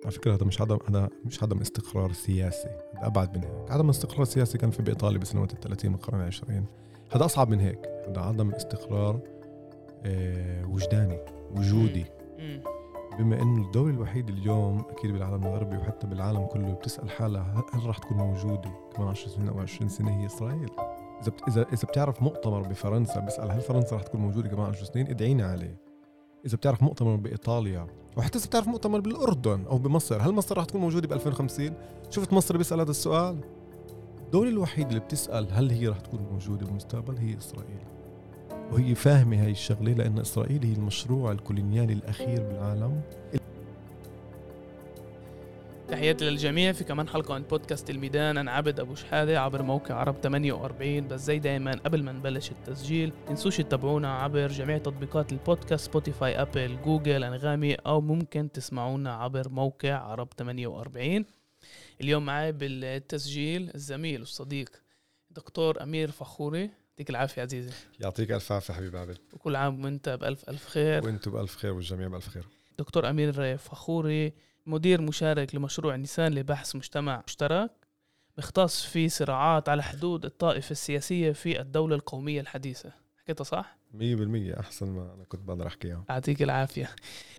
على فكرة هذا مش عدم استقرار سياسي، هذا أبعد من هيك. عدم استقرار سياسي كان في بإيطاليا بسنوات 30 من القرن العشرين. هذا أصعب من هيك. هذا عدم استقرار وجداني وجودي. بما إنه الدولة الوحيدة اليوم أكيد بالعالم الغربي وحتى بالعالم كله بتسأل حالها هل راح تكون موجودة كمان 10 سنين أو 20 سنة هي إسرائيل. إذا بتعرف مؤتمر بفرنسا بيسأل هل فرنسا راح تكون موجودة كمان 10 سنين، ادعينا عليه. إذا بتعرف مؤتمر بإيطاليا، وحتى إذا بتعرف مؤتمر بالأردن أو بمصر، هل مصر راح تكون موجودة ب2050؟ شفت مصر بيسأل هذا السؤال. الدولة الوحيدة اللي بتسأل هل هي راح تكون موجودة بالمستقبل هي إسرائيل، وهي فاهمة هاي الشغلة لأن إسرائيل هي المشروع الكولونيالي الأخير بالعالم. تحياتي للجميع في كمان حلقة عن بودكاست الميدان. أنا عبد أبو شحادة عبر موقع عرب 48. بس زي دايما قبل ما نبلش التسجيل تنسوش تتابعونا عبر جميع تطبيقات البودكاست، سبوتيفاي، أبل، جوجل، أنغامي، أو ممكن تسمعونا عبر موقع عرب 48. اليوم معي بالتسجيل الزميل والصديق دكتور أمير فخوري. يعطيك العافية عزيزي. يعطيك ألف عافية حبيب عبد. وكل عام وانت بألف ألف خير. وانتم بألف خير والجميع بألف خير. دكتور أمير فخوري مدير مشارك لمشروع النيسان لبحث مجتمع مشترك مختص في صراعات على حدود الطائفة السياسية في الدولة القومية الحديثة. حكيتها صح؟ 100% أحسن ما أنا كنت بقدر أحكيها. أعطيك العافية.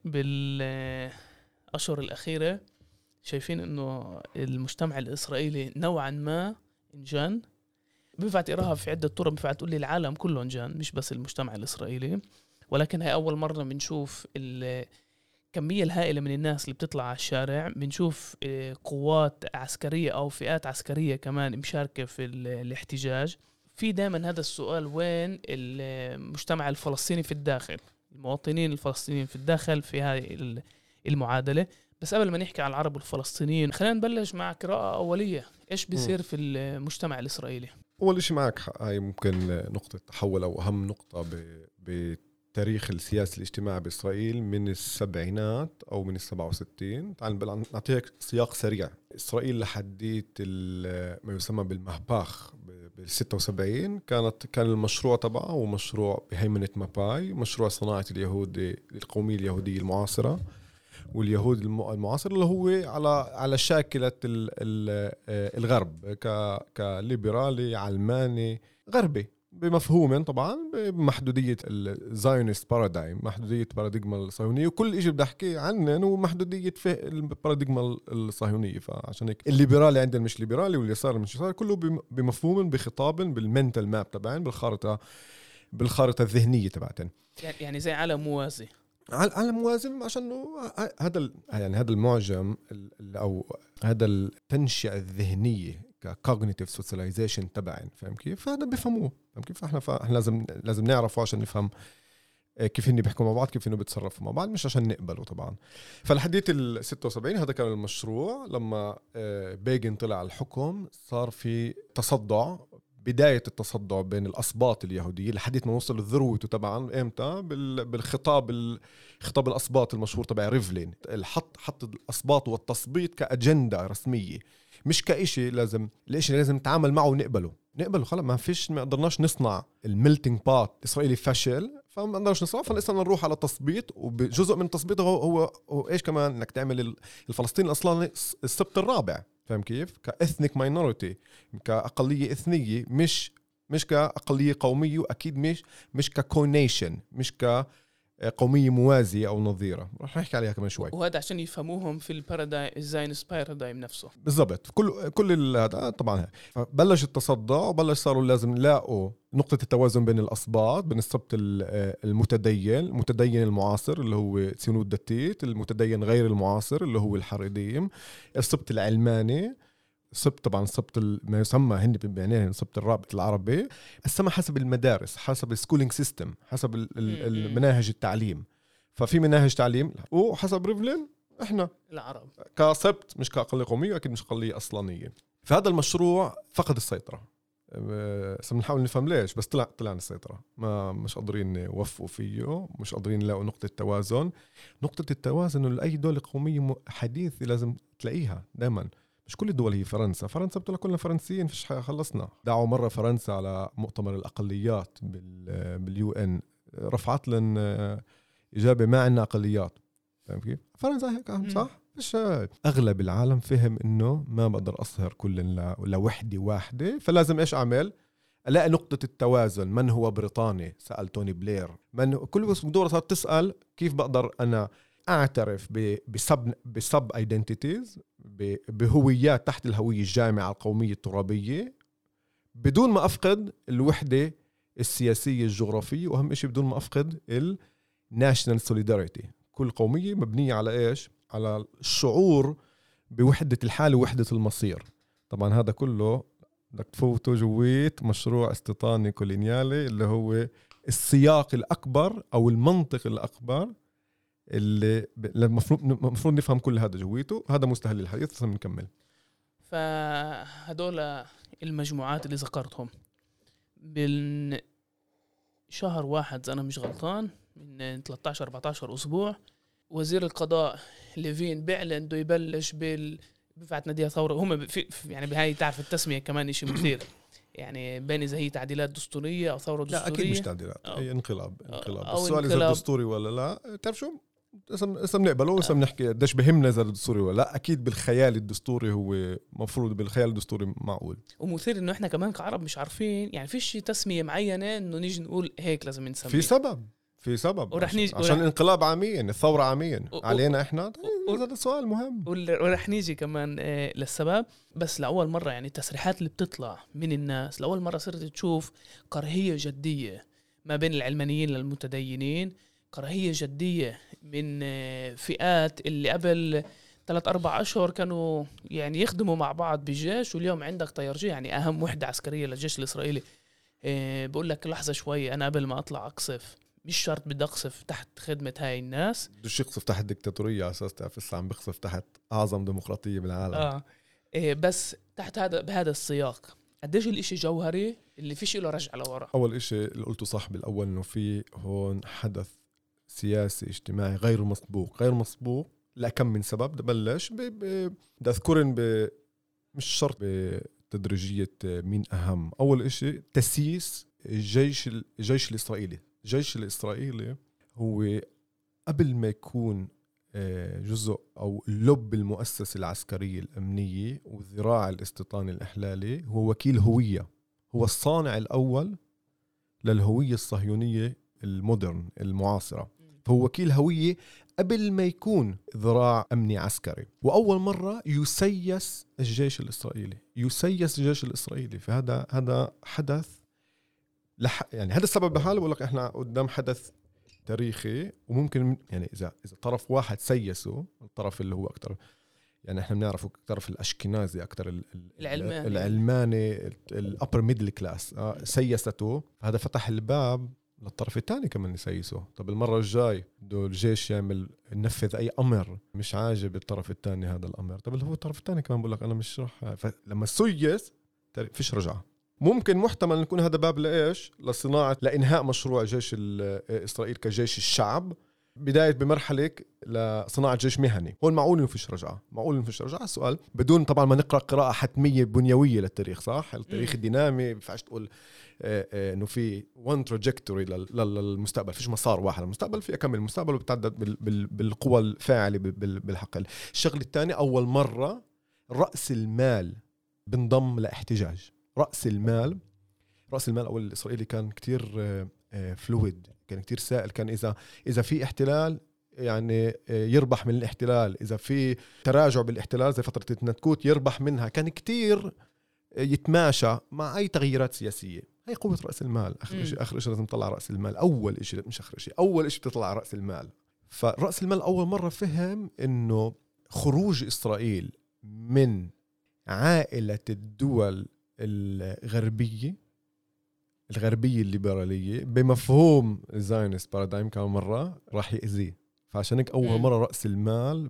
بالأشهر الأخيرة شايفين إنه المجتمع الإسرائيلي نوعا ما انجن. بينفع تقراها في عدة طرق، بينفع تقول لي العالم كله انجن مش بس المجتمع الإسرائيلي، ولكن هي أول مرة بنشوف الكمية الهائلة من الناس اللي بتطلع على الشارع. بنشوف قوات عسكرية أو فئات عسكرية كمان مشاركة في الاحتجاج. في دائما هذا السؤال، وين المجتمع الفلسطيني في الداخل، المواطنين الفلسطينيين في الداخل في هذه المعادلة؟ بس قبل ما نحكي عن العرب والفلسطينيين خلينا نبلش مع قراءة أولية. إيش بيصير في المجتمع الإسرائيلي؟ أول شيء معك حق، هاي ممكن نقطة تحول أو أهم نقطة بتاريخ السياسي الاجتماعي بإسرائيل من السبعينات أو من 67. تعال نعطيك سياق سريع. إسرائيل لحديت ما يسمى بالمهباخ بال76 كان المشروع تبعه هو مشروع بهيمنة ماباي، مشروع صناعة القومية اليهودية المعاصرة واليهود المعاصر اللي هو على شاكلة الغرب كليبرالي علماني غربي بمفهوم طبعا بمحدودية الزايونست بارادايم، محدودية باراديغما الصهيونية، وكل إشي بدي أحكي عنه هو محدودية في الباراديغما الصهيونية. فعشان هيك الليبرالي عندنا مش ليبرالي واليسار مش يسار، كله بمفهوم بخطاب بالمنتال ماب تبعين بالخارطة الذهنية تبعتين، يعني زي عالم موازي. على موازن عشان هذا المعجم او هذا التنشئة الذهنية كcognitive socialization تبعين، فاهم كيف؟ فهذا بيفهموه، فاهم كيف؟ احنا لازم نعرفه عشان نفهم كيف هني بيحكوا مع بعض، كيف هني بيتصرفوا مع بعض، مش عشان نقبله طبعا. فالحديث 76 هذا كان المشروع. لما بيجن طلع على الحكم صار في تصدع، بداية التصدع بين الأسباط اليهودية لحديث ما وصل الذروة طبعا إمتى بالخطاب الأسباط المشهور تبع ريفلين. حط الأسباط والتصبيط كأجندة رسمية، مش كإشي الإشي لازم نتعامل معه ونقبله خلاص. ما قدرناش نصنع الميلتينج بات الإسرائيلي، فشل، فما قدرناش نصنع، فلسنا نروح على التصبيط. وجزء من التصبيط هو إيش كمان؟ إنك تعمل الفلسطيني الأصلاني السبت الرابع، فاهم كيف؟ كإثنيك ماينورتي، كأقلية إثنية، مش كأقلية قومية، وأكيد مش ككونيشن، مش كقومية موازية أو نظيرة. رح نحكي عليها كمان شوي. وهذا عشان يفهموهم في البارادايم، الزاينست بارادايم نفسه. بالضبط. كل هذا طبعا. فبلش التصدع وبلش صاروا لازم نلاقوا نقطة التوازن بين الأسباط، بين السبت المتدين المعاصر اللي هو ציונות دتيت، المتدين غير المعاصر اللي هو الحريديم، السبت العلماني، طبعا السبت ما يسمى هندي بمعناه السبت الرابط العربي. السما حسب المدارس، حسب السكولينج سيستم، حسب المناهج التعليم. ففي مناهج تعليم، وحسب ريفلين احنا العرب كسبت مش كأقلية قومية، أكيد مش أقلية أصلانية. فهذا المشروع فقد السيطرة. بنحاول نفهم ليش، بس طلع السيطرة. مش قادرين يوفقوا فيه، مش قادرين يلاقوا نقطة توازن. نقطة التوازن اللي أي دولة قومية حديثة لازم تلاقيها دائما. مش كل الدول هي فرنسا بتقول كلنا فرنسيين فيش حاجة، خلصنا. دعوا مرة فرنسا على مؤتمر الأقليات باليو ان، رفعت لنا إجابة ما عنا أقليات. فاهم كيف؟ فرنسا زي هيك صح؟ مش اغلب العالم فهم انه ما بقدر اصهر كل لوحدة واحدة، فلازم ايش اعمل؟ الاقي نقطة التوازن. من هو بريطاني؟ سأل توني بلير. كل دورة صارت تسأل كيف بقدر انا اعترف بسب ايدنتيتيز، بهويات تحت الهوية الجامعة القومية الترابية، بدون ما افقد الوحدة السياسية الجغرافية، واهم شيء بدون ما افقد الناشنال سوليداريتي. كل قومية مبنية على ايش؟ على الشعور بوحدة الحال ووحدة المصير. طبعا هذا كله بدك تفوته جويت مشروع استيطاني كولونيالي اللي هو السياق الأكبر أو المنطق الأكبر اللي المفروض نفهم كل هذا جويته. هذا مستهل الحديث، بس بنكمل. فهدول المجموعات اللي ذكرتهم بالشهر واحد، أنا مش غلطان، من 13-14 أسبوع وزير القضاء ليفين بيعلن انه يبلش بفعت نادية ثورة. هم يعني بهاي تعرف التسمية كمان إشي مثير، يعني بين إذا هي تعديلات دستورية أو ثورة دستورية. لا أكيد مش تعديلات، هي انقلاب. السؤال إذا دستوري ولا لا، تعرف شو اسم نقبله واسم نحكي قديش بهمنا إذا دستوري ولا لا. أكيد بالخيال الدستوري هو مفروض، بالخيال الدستوري معقول. ومثير إنه إحنا كمان كعرب مش عارفين، يعني فيش تسمية معينة إنه نيجي نقول هيك لازم نسميه. في سبب عشان الانقلاب عامين، الثورة عامين علينا إحنا. هذا السؤال مهم، ورح نيجي كمان للسبب. بس لأول مرة يعني التسريحات اللي بتطلع من الناس، لأول مرة صرت تشوف كراهية جدية ما بين العلمانيين للمتدينين، كراهية جدية من فئات اللي قبل 3-4 أشهر كانوا يعني يخدموا مع بعض بالجيش، واليوم عندك طيارجي يعني أهم وحدة عسكرية للجيش الإسرائيلي. بقول لك لحظة شوي، أنا قبل ما أطلع أقصف مش شرط بدي أقصف تحت خدمة هاي الناس، بدوش يقصف تحت ديكتاتورية على أساس تعرف عم بقصف تحت أعظم ديمقراطية بالعالم. بس تحت بهذا السياق قديش الاشي جوهري اللي فيش له رجع لورا. أول إشي اللي قلته صح بالأول، إنه في هون حدث سياسي اجتماعي غير مسبوق لكم من سبب. ده بلش أذكرن مش شرط بتدريجية مين أهم. أول إشي تسييس الجيش الإسرائيلي. الجيش الإسرائيلي هو قبل ما يكون جزء أو لب المؤسسة العسكرية الأمنية والذراع الاستيطاني الإحلالي، هو وكيل هوية، هو الصانع الأول للهوية الصهيونية المودرن المعاصرة. فهو وكيل هوية قبل ما يكون ذراع أمني عسكري. وأول مرة يسيس الجيش الإسرائيلي. فهذا حدث يعني هذا السبب بحاله بقول لك احنا قدام حدث تاريخي. وممكن يعني اذا طرف واحد سيسه، الطرف اللي هو اكثر يعني احنا بنعرفه الطرف الاشكنازي اكثر، العلماني الابر ميدل كلاس سيسته، فهذا فتح الباب للطرف الثاني كمان يسيسه. طب المره الجاي بده الجيش ينفذ اي امر مش عاجب الطرف الثاني هذا الامر، طب اللي هو الطرف الثاني كمان بقول لك انا مش راح. فلما سيس فيش رجعه. ممكن محتمل نكون هذا باب لإيش؟ لإنهاء مشروع جيش إسرائيل كجيش الشعب، بداية بمرحلة لصناعة جيش مهني. هون معقول إنه فيش رجعة، السؤال بدون طبعا ما نقرأ قراءة حتمية بنيوية للتاريخ، صح؟ التاريخ الدينامي بفعش تقول إنه في one trajectory للمستقبل، فيش مسار واحد للمستقبل، في أكمل المستقبل وبتعدد بالقوى الفاعلة بالحقل. الشغل الثاني، أول مرة رأس المال بنضم لاحتجاج. رأس المال أول الإسرائيلي كان كتير فلويد، كان كتير سائل. كان إذا في احتلال يعني يربح من الاحتلال، إذا في تراجع بالاحتلال زي فترة النتكوت يربح منها. كان كتير يتماشى مع أي تغييرات سياسية. هي قوة رأس المال. آخر إشي لازم تطلع رأس المال. أول إشي مش آخر إشي، أول إشي بتطلع رأس المال. فرأس المال أول مرة فهم إنه خروج إسرائيل من عائلة الدول الغربية الليبرالية بمفهوم الزاينست بارادايم كمان مرة راح يأذيه. فعشان هيك أول مرة رأس المال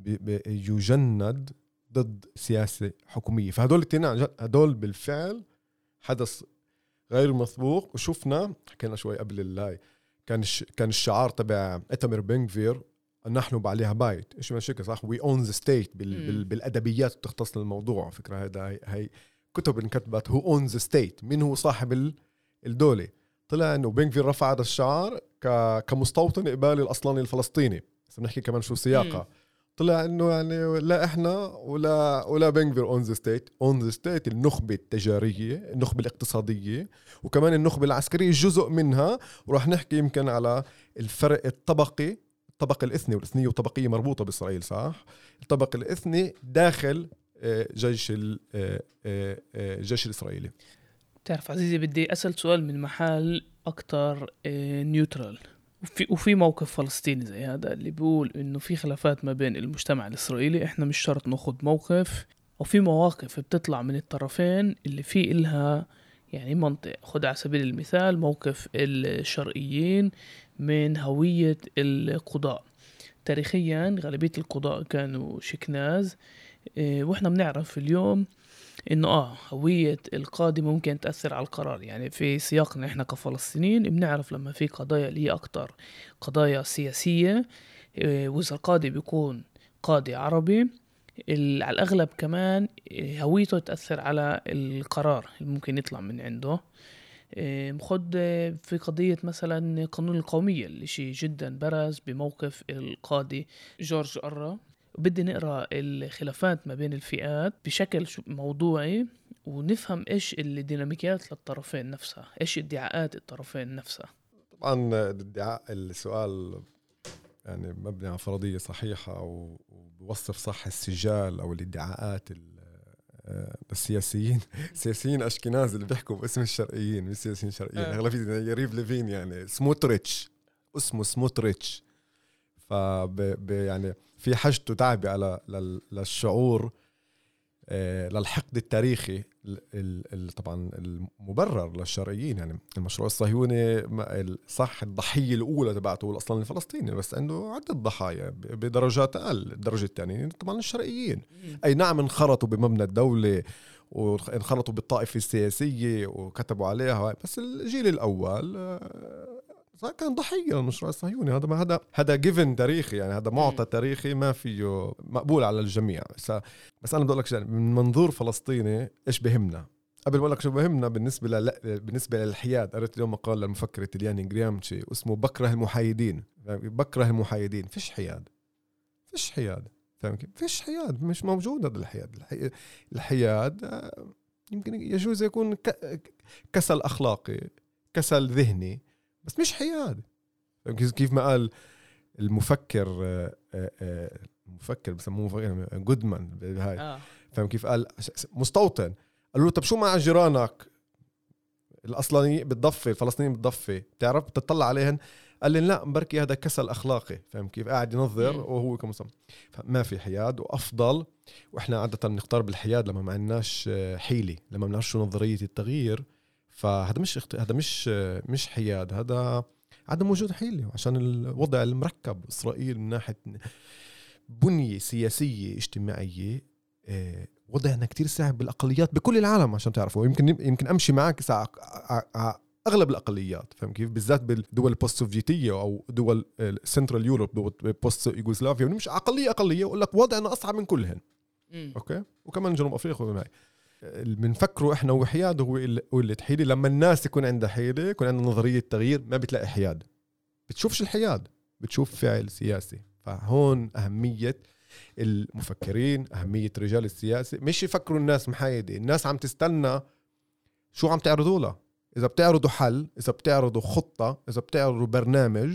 يجند ضد سياسة حكومية. فهدول الاثنين هدول بالفعل حدث غير مسبوق. وشوفنا حكينا شوي قبل اللاي كان الشعار تبع إتامر بن غفير نحن بعليها بايت. إيش ماشي صح؟ we own the state بالأدبيات بتختص للموضوع. فكرة هاي كتب انكتبت who owns the state، مين هو صاحب الدولة. طلع انه بن غفير رفع هذا الشعار كمستوطن قبالي الاصلاني الفلسطيني. بس بنحكي كمان شو سياقها. طلع انه يعني لا احنا ولا بنغفير اون ذا ستيت النخبه التجاريه، النخبه الاقتصاديه، وكمان النخبه العسكريه جزء منها. وراح نحكي يمكن على الفرق الطبقي، الطبقه الاثني والاثنيه وطبقيه مربوطه باسرائيل، صح؟ الطبقه الاثني داخل جيش الاسرائيلي. تعرف عزيزي، بدي اسال سؤال من محل اكتر نيوترال. وفي موقف فلسطيني زي هذا اللي بيقول انه في خلافات ما بين المجتمع الاسرائيلي، احنا مش شرط ناخد موقف، او في مواقف بتطلع من الطرفين اللي فيه إلها يعني منطق. خد على سبيل المثال موقف الشرقيين من هوية القضاء. تاريخيا غالبية القضاء كانوا شكناز، واحنا بنعرف اليوم انه هوية القاضي ممكن تأثر على القرار. يعني في سياقنا احنا كفلسطينيين بنعرف لما في قضايا اللي اكتر قضايا سياسية، واذا القاضي بيكون قاضي عربي على الاغلب كمان هويته تأثر على القرار اللي ممكن يطلع من عنده. خد في قضية مثلا قانون القومية اللي شيء جدا برز بموقف القاضي جورج قرة. بدي نقرأ الخلافات ما بين الفئات بشكل موضوعي ونفهم إيش الديناميكيات للطرفين نفسها، إيش ادعاءات الطرفين نفسها. طبعا الادعاء السؤال يعني مبني على فرضية صحيحة وبوصف صح السجال أو الادعاءات السياسيين. سياسيين أشكناز اللي بيحكوا باسم الشرقيين، مش سياسيين شرقيين. أغلبية يريف ليفين يعني سموتريتش، اسمه سموتريتش. يعني في حاجته تعبي على للشعور للحقد التاريخي طبعا المبرر للشرقيين. يعني المشروع الصهيوني صح الضحية الأولى تبعته هو أصلا الفلسطيني، بس عنده عدة ضحايا بدرجات أقل. الدرجة الثانية طبعا الشرقيين، أي نعم انخرطوا بمبنى الدولة وانخرطوا بالطائفة السياسية وكتبوا عليها، بس الجيل الأول كان ضحية للمشروع الصهيوني. هذا جيفن تاريخي، يعني هذا معطى تاريخي ما فيه مقبول على الجميع. بس أنا بدي أقول لك شيء من منظور فلسطيني إيش بهمنا. قبل ما أقول لك شو بهمنا بالنسبة للحياد، قرأت اليوم مقال للمفكر الإيطالياني غرامشي اسمه بكره المحايدين. بكره المحايدين، فيش حياد، فيش حياد، فاهم كيف؟ فيش حياد، مش موجود هذا الحياد. الحياد يمكن يجوز يكون كسل أخلاقي، كسل ذهني، بس مش حياد. كيف ما قال المفكر بسموه جودمان هاي. فاهم كيف قال مستوطن قال له طب شو مع جيرانك الأصلاني بالضفة، الفلسطينيين بالضفة، بتعرف تطلع عليهن؟ قال لي لا بركي هذا كسل أخلاقي. فاهم كيف؟ قاعد ينظر وهو كمصمم. فما في حياد وأفضل. وإحنا عادة نختار بالحياد لما ما عندناش حيلة، لما ما نعرفش نظرية التغيير. فهذا مش حياد، هذا عدم وجود حيلة عشان الوضع المركب. إسرائيل من ناحية بنية سياسية اجتماعية وضعنا كتير صعب بالأقليات بكل العالم عشان تعرفوا. يمكن أمشي معك أغلب الأقليات، فهم كيف؟ بالذات بالدول البوست سوفيتية أو دول سنترال يوروب، دول بوست يوغوسلافيا، ونمشي أقلية وأقول لك وضعنا أصعب من كلهن. أوكي، وكمان جنوب أفريقيا ومعي. بنفكروا إحنا وحياد هو اللي تحيلي. لما الناس يكون عندها حيلة، يكون عندها نظرية تغيير، ما بتلاقي حياد، بتشوفش الحياد، بتشوف فعل سياسي. فهون أهمية المفكرين، أهمية رجال السياسة. مش يفكروا الناس محايدة، الناس عم تستنى شو عم تعرضوا لها. إذا بتعرضوا حل، إذا بتعرضوا خطة، إذا بتعرضوا برنامج،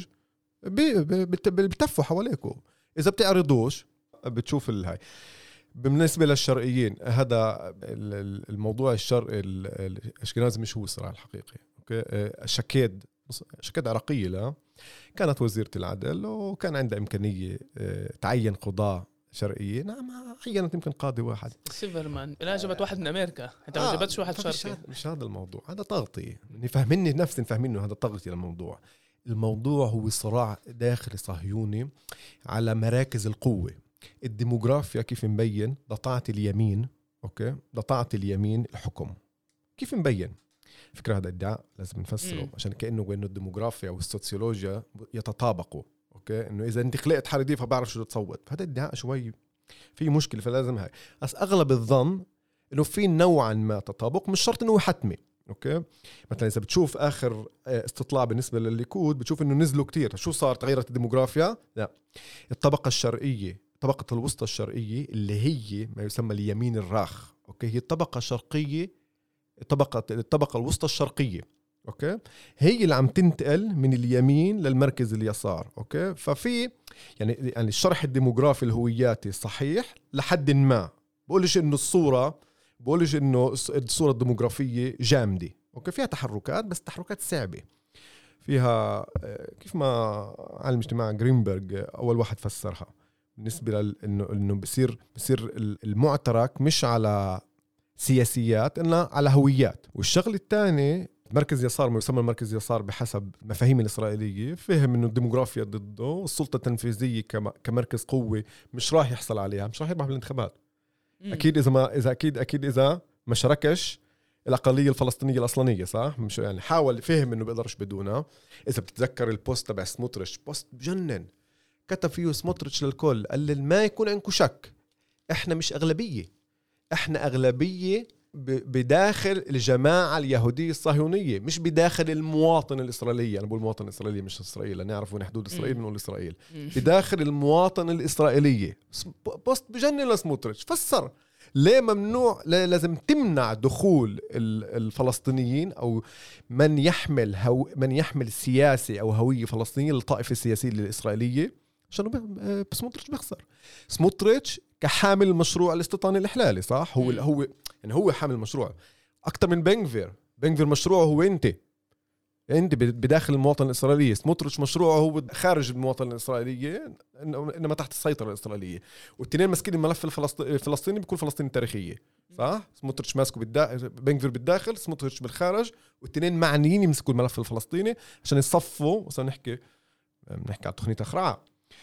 بتفوا حواليكم. إذا بتعرضوش بتشوف الهاي. بالنسبة للشرقيين هذا الموضوع الشرقي الأشكنازي مش هو صراحة الحقيقي. أوكي، شكاد عراقية لا كانت وزيرة العدل وكان عندها إمكانية تعين قضاة شرقيين. نعم، عينت يمكن قاضي واحد. سيفرمان لا جابت واحد من أمريكا، أنت ما جابتش واحد شرقي. مش هذا الموضوع، هذا تغطية. نفهمني نفسي نفهمينه هذا تغطية للموضوع. الموضوع هو صراع داخلي صهيوني على مراكز القوة. الديموغرافيا كيف مبين لطاعة اليمين. أوكي، لطاعة اليمين الحكم كيف مبين. فكرة هذا ادعاء لازم نفسره عشان كأنه الديموغرافيا والسوسيولوجيا يتطابقوا. أوكي، إنه إذا أنت خلقت حردي فبعرف شو تصوت. فهذا ادعاء شوي في مشكلة، فلازم هاي. بس أغلب الظن إنه في نوعا ما تطابق، مش شرط إنه حتمي. اوكي. مثلا اذا بتشوف اخر استطلاع بالنسبه للليكود بتشوف انه نزلوا كتير. شو صار؟ تغيرت الديموغرافيا؟ لا، الطبقه الشرقيه، طبقه الوسطى الشرقيه اللي هي ما يسمى اليمين الراخ، اوكي، هي الطبقه الشرقيه، الطبقه الوسطى الشرقيه، اوكي، هي اللي عم تنتقل من اليمين للمركز اليسار، اوكي. ففي يعني الشرح الديموغرافي الهوياتي صحيح لحد ما، بقولش انه بقولش انه الصورة الديموغرافية جامدة، اوكي، فيها تحركات بس تحركات صعبة، فيها كيف ما عالم اجتماع جرينبرغ اول واحد فسرها بالنسبة انه بصير المعترك مش على سياسيات انه على هويات. والشغل الثاني مركز يسار، ما يسمى المركز يسار بحسب مفاهيم الإسرائيلية، فهم إنه الديموغرافيا ضده والسلطة التنفيذية كمركز قوة مش راح يحصل عليها، مش راح يربح بالانتخابات. أكيد إذا ما شاركش الأقلية الفلسطينية الأصلانية، صح؟ مش يعني حاول فهم إنه بيقدرش بدونها. إذا بتتذكر البوست تبع سموتريتش، بوست بجنن، كتب فيه سموتريتش للكل، قال ما يكون عندكم شك، إحنا مش أغلبية، إحنا أغلبية بداخل الجماعة اليهودية الصهيونية، مش بداخل المواطن الإسرائيلي. أنا بقول المواطن الإسرائيلي مش إسرائيل، نعرف وين حدود إسرائيل بنقول إسرائيل. بداخل المواطن الإسرائيلي. بوست بجنن لسموتريتش فسر ليه ممنوع، لازم تمنع دخول الفلسطينيين أو من يحمل سياسي أو هوية فلسطينية للطائفة السياسية الإسرائيلية، عشان سموتريتش بيخسر. سموتريتش كحامل المشروع الاستيطاني الإحلالي، صح؟ هو حامل المشروع أكتر من بنغفير. مشروعه هو أنت بداخل المواطن الإسرائيلي. سموتريتش مشروعه هو خارج المواطن الإسرائيلي، إنما تحت السيطرة الإسرائيلية. والتنين ماسكين الملف الفلسطيني بكل فلسطين تاريخية، صح؟ سموتريتش ماسكه بنغفير بالداخل، سموتريتش بالخارج، والتنين معنيين يمسكوا الملف الفلسطيني عشان يصفوا. وصار نحكي على تقنية أخرى.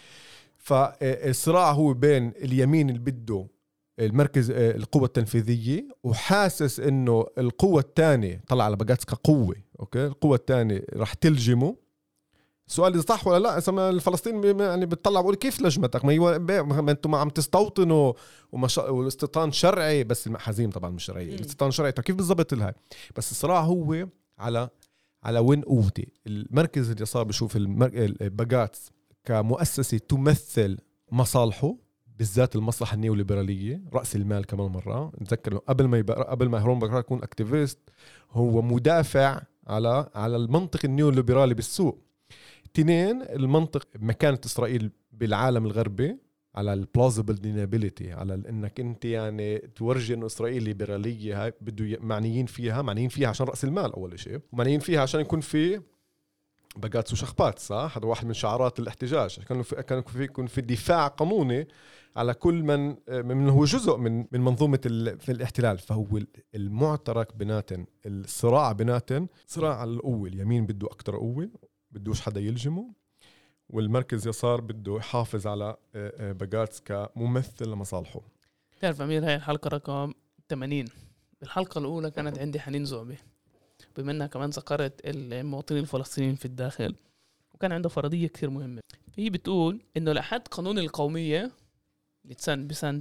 فالصراع هو بين اليمين اللي بده المركز القوة التنفيذية، وحاسس انه القوة الثانية طلع على بقاتس كقوة، اوكي، القوة الثانية راح تلجمه. السؤال اذا صح ولا لا. اسمع الفلسطيني يعني بتطلع بقول كيف لجمتك؟ ما انتم ما عم تستوطنوا والاستيطان شرعي، بس المحازيم طبعا مش شرعي، الاستيطان شرعي. كيف بالضبط لها؟ بس الصراع هو على وين قوتي. المركز اليسار بشوف البقاتس كمؤسسة تمثل مصالحه، بالذات المصلحة النيوليبرالية، رأس المال. كمان مرة نتذكر قبل ما هرون بكرة يكون اكتيفيست، هو مدافع على المنطق النيوليبرالي بالسوق. تنين، المنطق مكانة إسرائيل بالعالم الغربي، على البلausible deniability، على انك انت يعني تورجي انه اسرائيل ليبراليه، هاي بده معنيين فيها عشان رأس المال اول شيء، ومعنيين فيها عشان يكون في بقاتس وشخبات، صح؟ هذا واحد من شعارات الاحتجاج. كان يكون في دفاع قانوني على كل من هو جزء من منظومة في الاحتلال. فهو المعترك بيناتن، الصراع بيناتن صراع على القوة. اليمين بده أكتر قوة، بدوش حدا يلجمه، والمركز يسار بده يحافظ على بقاتس كممثل لمصالحه. تعرف أمير، هاي الحلقة رقم 80. الحلقة الأولى كانت عندي حنين زعبي، بما أنها كمان ذكرت المواطنين الفلسطينيين في الداخل، وكان عنده فرضية كثير مهمة. هي بتقول إنه لحد قانون القومية اللي بسنة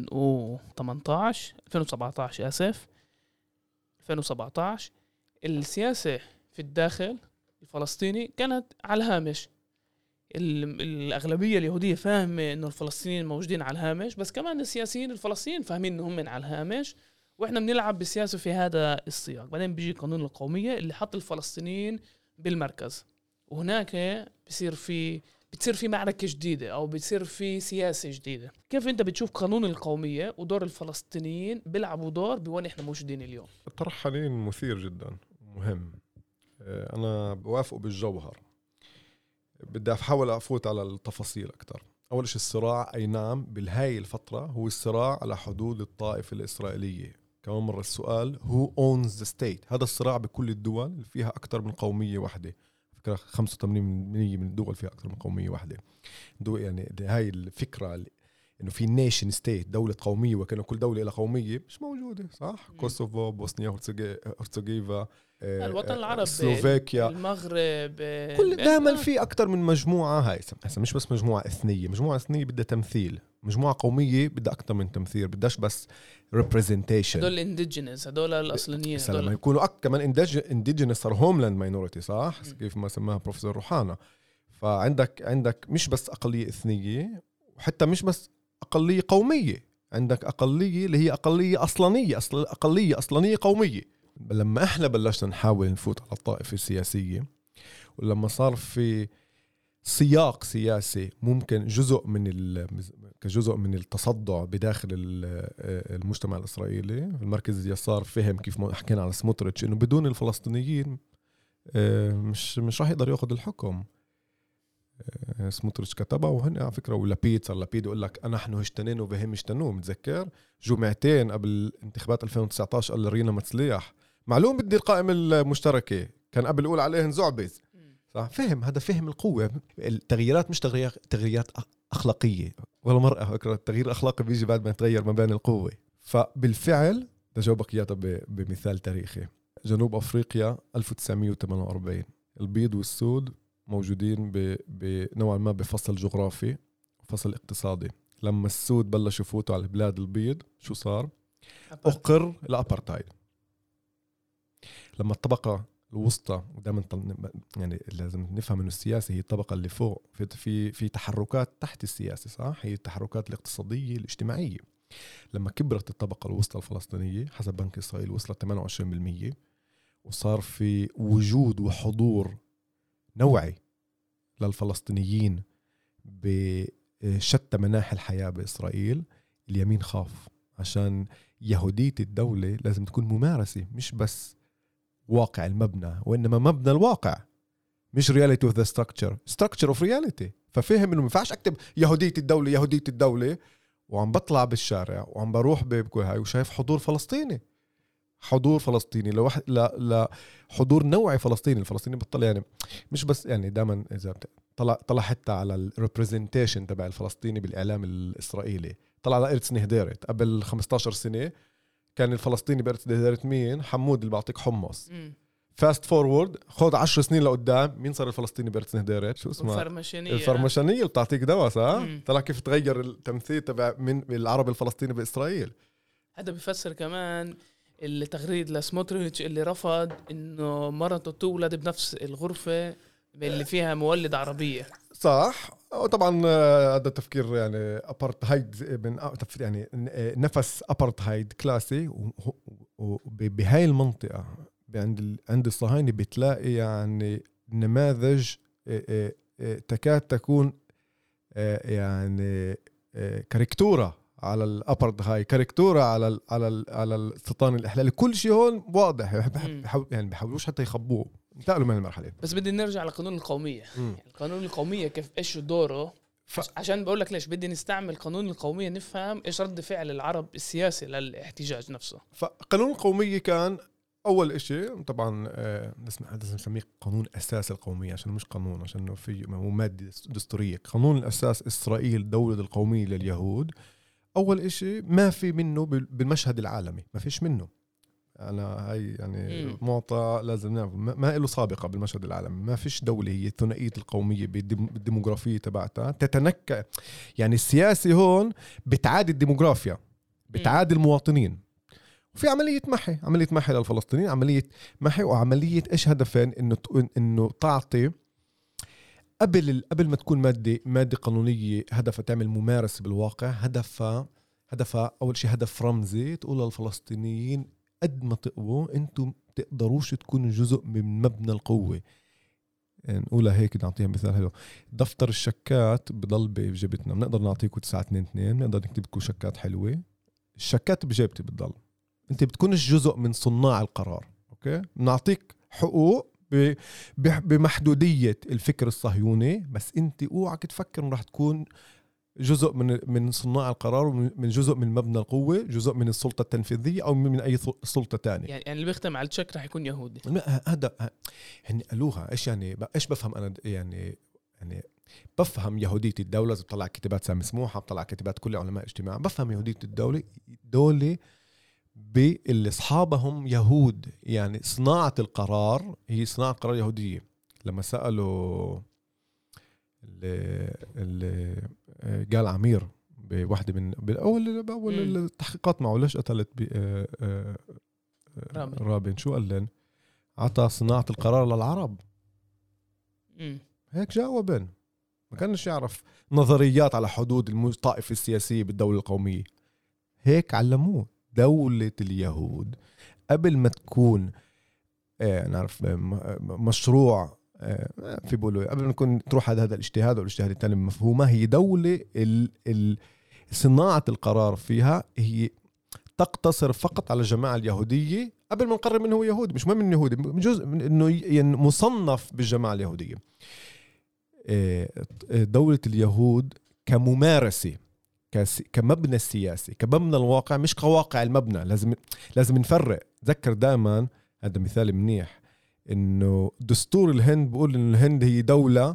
2017 السياسة في الداخل الفلسطيني كانت على الهامش. الأغلبية اليهودية فاهمة إنه الفلسطينيين موجودين على الهامش، بس كمان السياسيين الفلسطينيين فاهمين إنهم من على الهامش، وإحنا بنلعب بالسياسة في هذا السياق. بعدين بيجي قانون القومية اللي حط الفلسطينيين بالمركز، وهناك بتصير في معركة جديدة أو بتصير في سياسة جديدة. كيف أنت بتشوف قانون القومية ودور الفلسطينيين بيلعبوا دور بوين إحنا موجودين اليوم؟ طرح حنين مثير جدا مهم، أنا بوافقه بالجوهر. بدي أحاول أفوت على التفاصيل أكتر. أول شيء الصراع، أي نعم، بالهاي الفترة هو الصراع على حدود الطائفة الإسرائيلية. كمان مرة السؤال who owns the state. هذا الصراع بكل الدول اللي فيها أكتر من قومية واحدة. فكرة 85% من الدول فيها أكثر من قومية واحدة. يعني هاي الفكرة انه في نيشن ستيت، دولة قومية، وكانه كل دولة لها قومية، مش موجودة. صح؟ كوسوفو، بوسنيا هرتزيغوفا، الوطن العربي، سلوفاكيا، المغرب، كل دائما في اكثر من مجموعة. هاي هسه مش بس مجموعة اثنية، مجموعة اثنية بدها تمثيل، مجموعة قومية بدها اكثر من تمثيل، بدهاش بس representation. هدول الانديجينيز، هدول الاصليين، هدول لما يكونوا كمان indigenous صار homeland minority. صح؟ كيف ما سماها بروفيسور روحانا. فعندك مش بس أقلية إثنية، وحتى مش بس أقلية قومية، عندك أقلية اللي هي أقلية أصلانية، أقلية أصلانية قومية. لما إحنا بلشنا نحاول نفوت على الطائفة السياسية، ولما صار في سياق سياسي ممكن كجزء من التصدع بداخل المجتمع الإسرائيلي، المركز اليسار فهم كيف ما حكينا على سموتريتش إنه بدون الفلسطينيين مش راح يقدر يأخذ الحكم. سموتريتش كتبها، وهنا على فكرة ولابيد صار لابيد يقول لك نحن اشتنينا وبهم اشتنوه. متذكر جمعتين قبل انتخابات 2019 قال رينا متسليح معلوم بدي القائمة المشتركة، كان قبل يقول عليهن زعبز. صح؟ فهم، هذا فهم القوة. التغييرات مش تغييرات أخلاقية ولا مرأة، فكرة التغيير الأخلاقي بيجي بعد ما يتغير مباني القوة. فبالفعل تجاوبك إياها بمثال تاريخي. جنوب أفريقيا 1948 البيض والسود موجودين بنوع ما بفصل جغرافي وفصل اقتصادي. لما السود بلشوا يفوتوا على بلاد البيض شو صار؟ أقر الأبارتايد. لما الطبقة الوسطى، ودائما يعني لازم نفهم انه السياسه هي الطبقه اللي فوق، في تحركات تحت السياسه. صح؟ هي التحركات الاقتصاديه الاجتماعيه. لما كبرت الطبقه الوسطى الفلسطينيه حسب بنك اسرائيل وصلت 28%، وصار في وجود وحضور نوعي للفلسطينيين بشتى مناحي الحياه باسرائيل، اليمين خاف، عشان يهوديه الدوله لازم تكون ممارسه، مش بس واقع المبنى، وإنما مبنى الواقع، مش reality of the structure of reality. ففهم إنه ما ينفعش أكتب يهودية الدولة وعم بطلع بالشارع وعم بروح بكل هاي وشايف حضور فلسطيني حضور نوعي فلسطيني. الفلسطيني بطلع يعني مش بس يعني دائما إذا طلع حتى على الريبريزنتيشن تبع الفلسطيني بالإعلام الإسرائيلي، طلع على إرتس نهديرت قبل 15 سنة كان الفلسطيني بإرتس نهديرت مين؟ حمود اللي بعطيك حمص. فاست فورورد خد 10 سنين لقدام، مين صار الفلسطيني بإرتس نهديرت؟ شو اسمه؟ الفرمشانية اللي بتعطيك دواء. صح؟ طلع كيف تغير التمثيل تبع من العرب الفلسطيني بإسرائيل. هذا بيفسر كمان التغريد لسموتريتش اللي رفض إنه مرته تولد بنفس الغرفة اللي فيها مولد عربية. صح؟ وطبعا هذا تفكير يعني ابارتهايد، من يعني نفس ابارتهايد كلاسي. وبهاي المنطقة عند الصهاينة بتلاقي يعني نماذج تكاد تكون يعني كاريكتورة على الابارتهايد، كاريكتورة على السلطان الاحلالي. كل شيء هون واضح، يعني بيحاولوش حتى يخبوه. انتقلوا من المرحلة. بس بدي نرجع لقانون القومية. يعني القانون القومية كيف إيش دوره؟ عشان بقول لك ليش بدي نستعمل قانون القومية نفهم إيش رد فعل العرب السياسي للاحتجاج نفسه. فقانون القومية كان أول إشي طبعا لازم نسميه قانون أساس القومية، عشان مش قانون، عشان في مادة دستورية. قانون الأساس إسرائيل دولة القومية لليهود. أول إشي ما في منه بالمشهد العالمي، ما فيش منه. أنا هاي يعني معطى لازم نعرف، ما له سابقة بالمشهد العالمي. ما فيش دولة هي ثنائية القومية بالديموغرافية تبعتها تتنكى. يعني السياسي هون بتعادي الديموغرافيا، بتعادي المواطنين. وفي عملية محي للفلسطينيين، عملية محي وعملية إيش هدفين؟ إنه تعطي قبل ما تكون مادة قانونية هدفها تعمل ممارسة بالواقع. هدفها أول شيء هدف رمزي، تقول للفلسطينيين قد ما تقووا انتم تقدروش تكونوا جزء من مبنى القوة. يعني نقولها هيك، نعطيها مثال حلو. دفتر الشكات بضل بجيبتنا، بنقدر نعطيكم 922، بنقدر نكتب لكم شكات حلوة. الشكات بجيبتي بتضل، انت بتكونش جزء من صناع القرار. اوكي، بنعطيك حقوق بمحدودية الفكر الصهيوني، بس انت اوعك تفكر انه راح تكون جزء من صناع القرار، ومن جزء من مبنى القوة، جزء من السلطة التنفيذية أو من أي سلطة تانية. يعني اللي بيختم على التشيك رح يكون يهودي. هذا يعني قالوها إيش يعني، إيش بفهم أنا يعني بفهم يهودية الدولة. إذا بطلع كتابات سامي سموحة، بطلع كتابات كل علماء اجتماع، بفهم يهودية الدولة دولة باللي أصحابهم يهود. يعني صناعة القرار هي صناعة قرار يهودية. لما سألوا اللي قال عمير بواحدة من بأول التحقيقات معه ليش قتلت رابين، شو قال لن؟ عطى صناعة القرار للعرب. هيك جاوبن، ما كانش يعرف نظريات على حدود الطائفة السياسية بالدولة القومية. هيك علموه. دولة اليهود قبل ما تكون نعرف مشروع في بقولوا قبل ما نكون تروح هذا الاجتهاد والاجتهاد الثاني بمفهومها، هي دولة صناعة القرار فيها هي تقتصر فقط على الجماعة اليهودية. قبل ما نقرر منه هو يهودي، مش مهم انه يهودي، جزء من انه يعني مصنف بالجماعة اليهودية. دولة اليهود كممارسة، كمبنى السياسي، كمبنى الواقع، مش كواقع المبنى. لازم نفرق. ذكر دائما، هذا مثال منيح، انه دستور الهند بيقول ان الهند هي دولة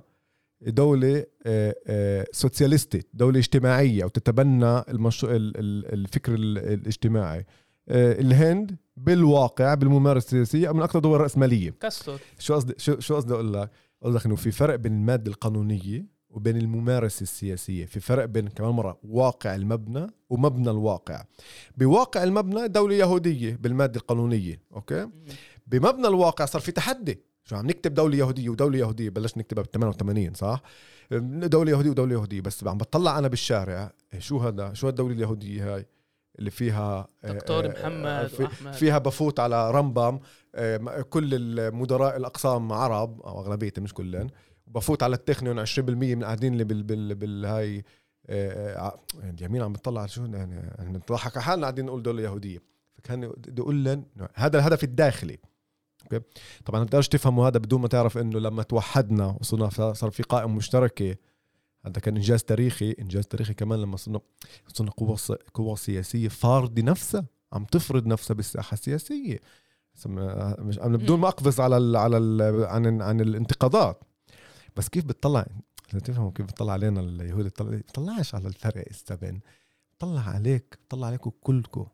سوسياليستية، دولة اجتماعية وتتبنى الفكر الاجتماعي. الهند بالواقع بالممارسة السياسية من أكثر دول رأسمالية. شو قصدي أقول لك إنه في فرق بين المادة القانونية وبين الممارسة السياسية. في فرق بين كمان مرة واقع المبنى ومبنى الواقع. بواقع المبنى دولة يهودية بالمادة القانونية، أوكي. بمبنى الواقع صار في تحدي. شو عم نكتب دولة يهودية ودولة يهودية، بلش نكتبها ب88 صح، دولة يهودية ودولة يهودية. بس عم بطلع أنا بالشارع، شو هذا؟ شو الدولة اليهودية هاي اللي فيها دكتور محمد وأحمد؟ فيها بفوت على رمبام كل المدراء الأقسام عرب أو أغلبية مش كلن، بفوت على التكنيون 20% من قاعدين اللي بالهاي اليمين عم بتطلع على شو يعني نضحك حالنا قاعدين نقول دولة يهودية. فكان يقول لن هذا الهدف الداخلي. أوكي. طبعا ما بتقدرش تفهموا هذا بدون ما تعرف انه لما توحدنا وصرنا صار في قائمة مشتركة، هذا كان انجاز تاريخي كمان. لما صرنا قوة سياسية فارضة نفسها، عم تفرض نفسها بالساحة السياسية. مش بدون ما اقفز عن الانتقادات، بس كيف بتطلع تفهموا كيف بتطلع علينا اليهود؟ بتطلعش على الفرق السبن، بتطلع عليكم كلكم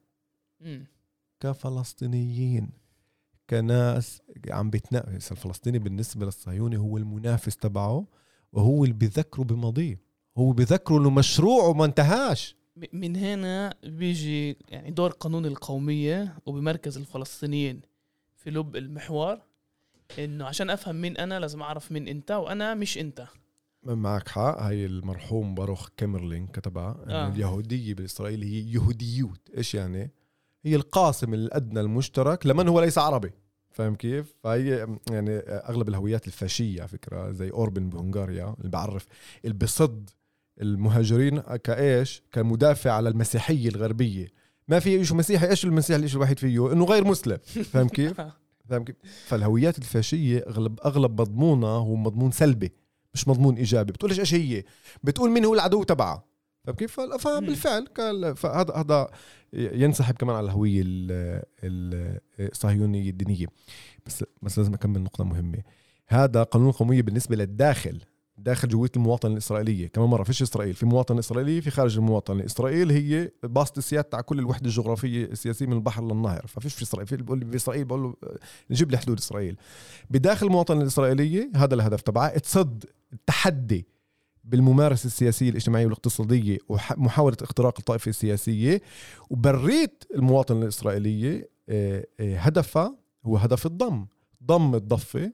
كفلسطينيين، كناس عم بتنافس. الفلسطيني بالنسبة للصهيوني هو المنافس تبعه، وهو اللي بذكره بماضيه، هو بذكره انه مشروعه ما انتهاش. من هنا بيجي يعني دور قانون القومية وبمركز الفلسطينيين في لب المحور، انه عشان افهم مين انا لازم اعرف مين انت، وانا مش انت. معك حق. هاي المرحوم باروخ كيمرلين كتبها. اليهودية بالإسرائيل هي يهوديوت. ايش يعني؟ هي القاسم الأدنى المشترك لمن هو ليس عربي. فاهم كيف؟ فهي يعني أغلب الهويات الفاشية على فكرة، زي أوربن بهنغاريا اللي بعرف اللي بصد المهاجرين كإيش؟ كمدافع على المسيحية الغربية. ما في إيش مسيحي، إيش المسيح الإيش الوحيد فيه إنه غير مسلم. فاهم كيف؟ فالهويات الفاشية أغلب مضمونها هو مضمون سلبي، مش مضمون إيجابي. بتقولش إيش هي؟ بتقول مين هو العدو تبعه. فاهم كيف؟ فبالفعل هذا ينسحب كمان على الهوية الصهيونية الدينية. بس لازم أكمل نقطة مهمة. هذا قانون قومية بالنسبة للداخل، داخل جوية المواطنة الإسرائيلية. كمان مرة فيش إسرائيل، في مواطنة إسرائيلية، في خارج المواطنة. إسرائيل هي باسط السيادة على كل الوحدة الجغرافية السياسية من البحر للنهر. ففيش في إسرائيل. بقول لي إسرائيل، بقول له نجيب لي حدود إسرائيل. بداخل المواطنة الإسرائيلية هذا الهدف تبعه، تصد التحدي بالممارسة السياسية الاجتماعية والاقتصادية ومحاولة اختراق الطائفة السياسية. وبريت المواطنة الإسرائيلية هدفها هو هدف ضم الضفة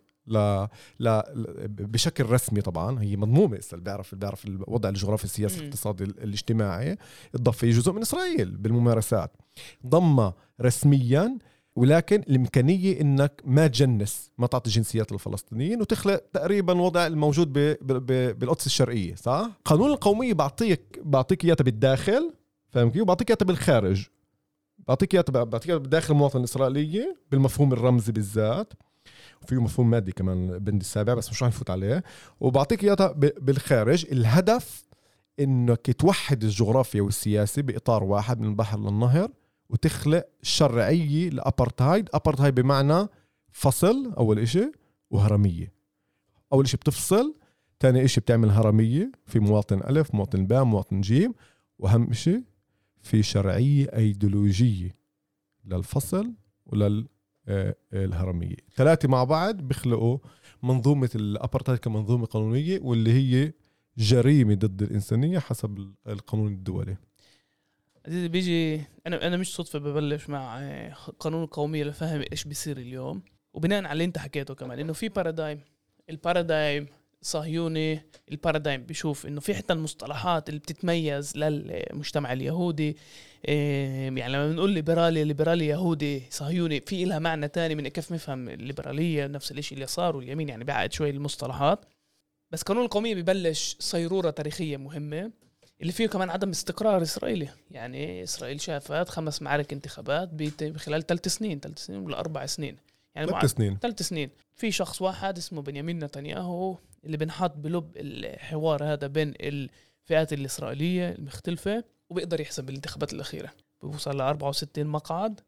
بشكل رسمي. طبعا هي مضمومة، بيعرف الوضع الجغرافي السياسي الاقتصادي الاجتماعي. الضفة هي جزء من إسرائيل بالممارسات، ضمها رسميا، ولكن الإمكانية إنك ما تجنس، ما تعطي جنسيات للفلسطينيين وتخلق تقريبا وضع الموجود بالقدس الشرقية. صح؟ قانون القومية بعطيك إياها بالداخل، فاهم كيف؟ وبعطيك إياها بالخارج. بعطيك إياها بالداخل المواطنة الإسرائيلية بالمفهوم الرمزي بالذات، وفيه مفهوم مادي كمان بند السابع بس مش راح نفوت عليه. وبعطيك إياها بالخارج. الهدف إنك توحد الجغرافيا والسياسة بإطار واحد من البحر للنهر، وتخلق شرعية لأبارتهايد. أبارتهايد بمعنى فصل أول إشي، وهرمية. أول إشي بتفصل تاني إشي بتعمل هرمية، في مواطن ألف، مواطن باء، مواطن جيم، وأهم إشي في شرعية أيديولوجية للفصل وللهرمية. 3 مع بعض بيخلقوا منظومة الأبارتايد كمنظومة قانونية، واللي هي جريمة ضد الإنسانية حسب القانون الدولي. بيجي أنا مش صدفة ببلش مع قانون القومية لفهم إيش بيصير اليوم، وبناء على اللي أنت حكيته كمان إنه في البارادايم صهيوني. البارادايم بيشوف إنه في حتى المصطلحات اللي بتتميز للمجتمع اليهودي، يعني لما بنقول ليبرالي يهودي صهيوني في لها معنى تاني من كيف نفهم الليبرالية. نفس الشيء اليسار واليمين، يعني بعد شوي المصطلحات. بس قانون القومية بيبلش صيرورة تاريخية مهمة اللي فيه كمان عدم استقرار إسرائيلي. يعني إسرائيل شافت 5 معارك انتخابات بخلال 3 سنين ولا 4 سنين، يعني 3 سنين. في شخص واحد اسمه بنيامين نتنياهو اللي بنحط بلب الحوار هذا بين الفئات الإسرائيلية المختلفة، وبيقدر يحسب بالانتخابات الأخيرة بيوصل ل 64 مقعد.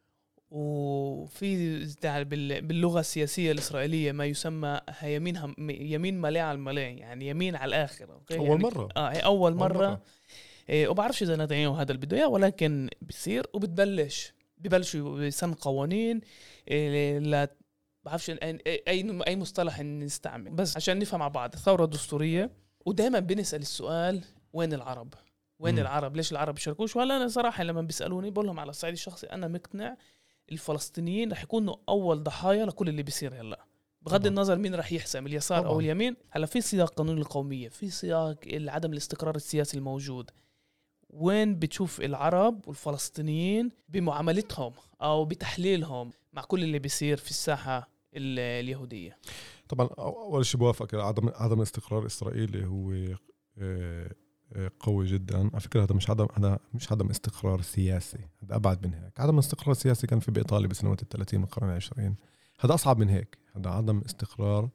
وفي باللغة السياسية الإسرائيلية ما يسمى يمين مليء على المليء، يعني يمين على الآخر. أوكي؟ أول يعني مرة هي أول مرة. وبعرفش إذا نتنياهو هذا اللي بده إياه، ولكن بيصير ببلشوا يسن قوانين. لا بعرفش أي مصطلح نستعمل بس عشان نفهم مع بعض. الثورة الدستورية، ودائما بنسأل السؤال وين العرب؟ العرب؟ ليش العرب يشاركوش؟ ولا أنا صراحة لما بيسألوني بقول لهم على الصعيد الشخصي أنا مقتنع الفلسطينيين رح يكونوا أول ضحايا لكل اللي بيصير هلا، بغض النظر مين رح يحسم، اليسار طبعا. أو اليمين. هلا في سياق قانون القومية، في سياق عدم الاستقرار السياسي الموجود. وين بتشوف العرب والفلسطينيين بمعاملتهم أو بتحليلهم مع كل اللي بيصير في الساحة اليهودية؟ طبعا أول شيء بوافق، عدم الاستقرار الإسرائيلي هو قوي جدا على فكرة. هذا مش عدم استقرار سياسي، هذا أبعد من هيك. عدم استقرار سياسي كان في بإيطاليا بسنوات 30 من القرن العشرين. هذا أصعب من هيك، هذا عدم استقرار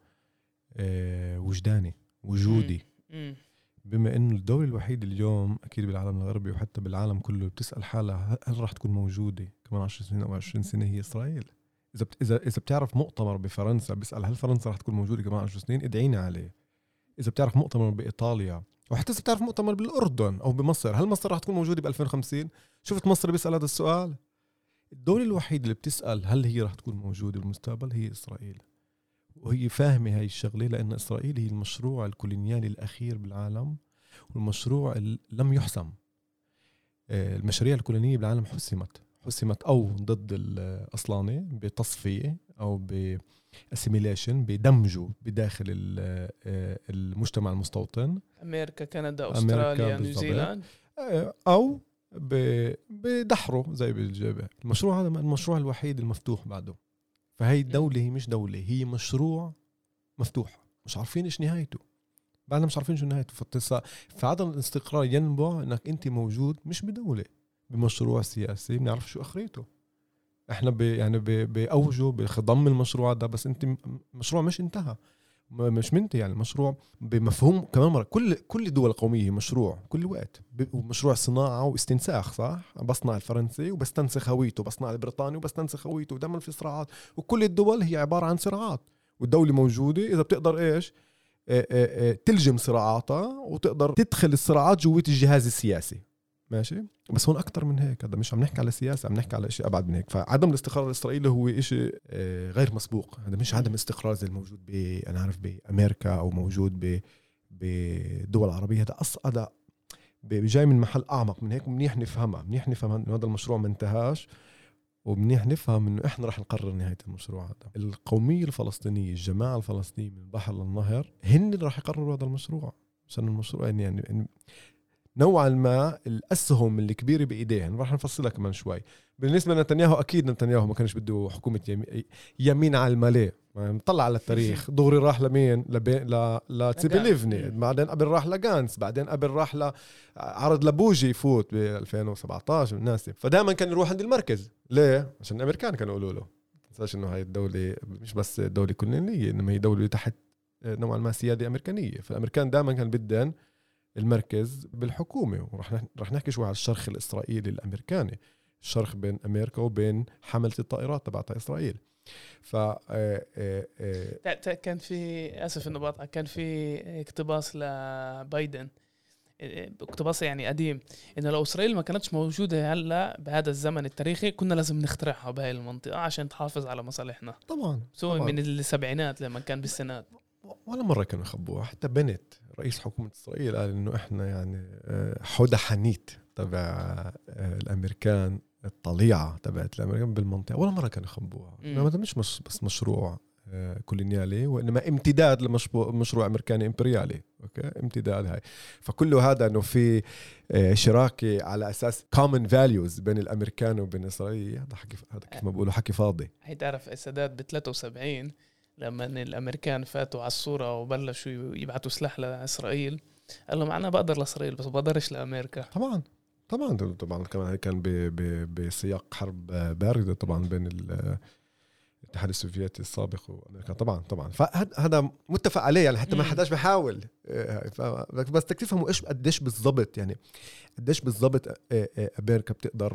وجودي. بما إنه الدولة الوحيدة اليوم أكيد بالعالم الغربي وحتى بالعالم كله بتسأل حالها هل راح تكون موجودة كمان 10 سنين أو 20 سنة هي إسرائيل. إذا بتعرف مؤتمر بفرنسا بيسأل هل فرنسا راح تكون موجودة كمان 10 سنين، ادعينا عليه. إذا بتعرف مؤتمر بإيطاليا، وحتى إذا بتعرف مؤتمر بالأردن أو بمصر، هل مصر راح تكون موجودة ب2050؟ شفت مصر بيسأل هذا السؤال. الدولة الوحيدة اللي بتسأل هل هي راح تكون موجودة بالمستقبل هي إسرائيل، وهي فاهمة هاي الشغلة، لأن إسرائيل هي المشروع الكولونيالي الأخير بالعالم، والمشروع لم يحسم. المشاريع الكولونية بالعالم حسمت أو ضد الأصلانة بتصفية أو بأسيميليشن، بدمجه بداخل المجتمع المستوطن، أمريكا، كندا، أستراليا، نيوزيلاند، أو بدحره زي بالجبه. المشروع هذا المشروع الوحيد المفتوح بعده. فهي الدولة هي مش دولة، هي مشروع مفتوح، مش عارفين إيش نهايته، بعدنا مش عارفين شو نهايته. فعدم الاستقرار ينبع إنك أنت موجود مش بدولة، بمشروع سياسي بنعرف شو آخريته. إحنا بأوجه بخضم المشروع ده، بس أنت مشروع مش انتهى، مش منتهي. يعني مشروع بمفهوم كمان مرة كل الدول القومية مشروع كل وقت، مشروع صناعة واستنساخ. صح، بصنع الفرنسي وبستنسخ هويته، بصنع البريطاني وبستنسخ هويته، ودائما في صراعات. وكل الدول هي عبارة عن صراعات، والدولة موجودة إذا بتقدر إيش تلجم صراعاتها وتقدر تدخل الصراعات جوة الجهاز السياسي. ماشي، بس هون أكتر من هيك. هذا مش عم نحكي على سياسة، عم نحكي على إشي أبعد من هيك. فعدم الاستقرار الإسرائيلي هو إشي غير مسبوق. هذا مش عدم استقرار زي الموجود أنا عارف بأمريكا أو موجود بدول عربية. هذا جاي من محل أعمق من هيك. منيح نفهم إنه هذا المشروع ما انتهاش، ومنيح نفهم إنه إحنا رح نقرر نهاية المشروع هذا. القومية الفلسطينية، الجماعة الفلسطينية من البحر للنهر، هن اللي رح يقرروا هذا المشروع. عشان المشروع يعني نوعا ما الأسهم الكبيرة بإيديهم. راح نفصلها كمان شوي. بالنسبة لنتنياهو، أكيد نتنياهو ما كانش بده حكومة يمين على الملأ. مطلع على التاريخ دغري راح لمين؟ لتسيبي ليفني، بعدين قبل راح لغانس، بعدين قبل راح عرض لبوجي يفوت ب 2017 الناس. فدائما كان يروح عند المركز. ليه؟ عشان الأمريكان كانوا يقولوا له تنساش إنه هاي الدولة مش بس دولة كولونيالية، إنما هي دولة تحت نوعا ما سيادة أمريكانية. فالأمريكان دائما كان بدن المركز بالحكومة. ورح نحكي شوي على الشرخ الإسرائيلي الأمريكاني، الشرخ بين أمريكا وبين حملة الطائرات تبعت إسرائيل. ف كان في اسف انه بقطع، كان في اقتباس لبايدن، اقتباس يعني قديم، انه لو اسرائيل ما كانتش موجوده هلا بهذا الزمن التاريخي كنا لازم نخترعها بهاي المنطقه عشان تحافظ على مصالحنا. طبعا سوى من السبعينات لما كان بالسنات ولا مره كانوا يخبوها. حتى بنت رئيس حكومه اسرائيل قال انه احنا يعني حوض حنيت تبع الامريكان، الطليعه تبعت الامريكان بالمنطقه، ولا مره كانوا يخبوها. هذا مش بس مشروع كولونيالي، وانما امتداد لمشروع امريكاني امبريالي. اوكي، امتداد هاي. فكله هذا انه في شراكه على اساس common values بين الامريكان وبين اسرائيل. هذا حكي، هذا كيف ما بيقولوا حكي فاضي. هي تعرف السادات ب 73 لما الامريكان فاتوا على الصوره وبلشوا يبعثوا سلاح لاسرائيل، قال لهم انا بقدر لاسرائيل بس بقدرش لامريكا. طبعا كمان هي كان بسياق حرب بارده طبعا بين الاتحاد السوفيتي السابق وامريكا. طبعا فهذا متفق عليه يعني، حتى ما حداش بيحاول. بس بدك تفهموا ايش قديش بالضبط، يعني قديش بالضبط امريكا بتقدر،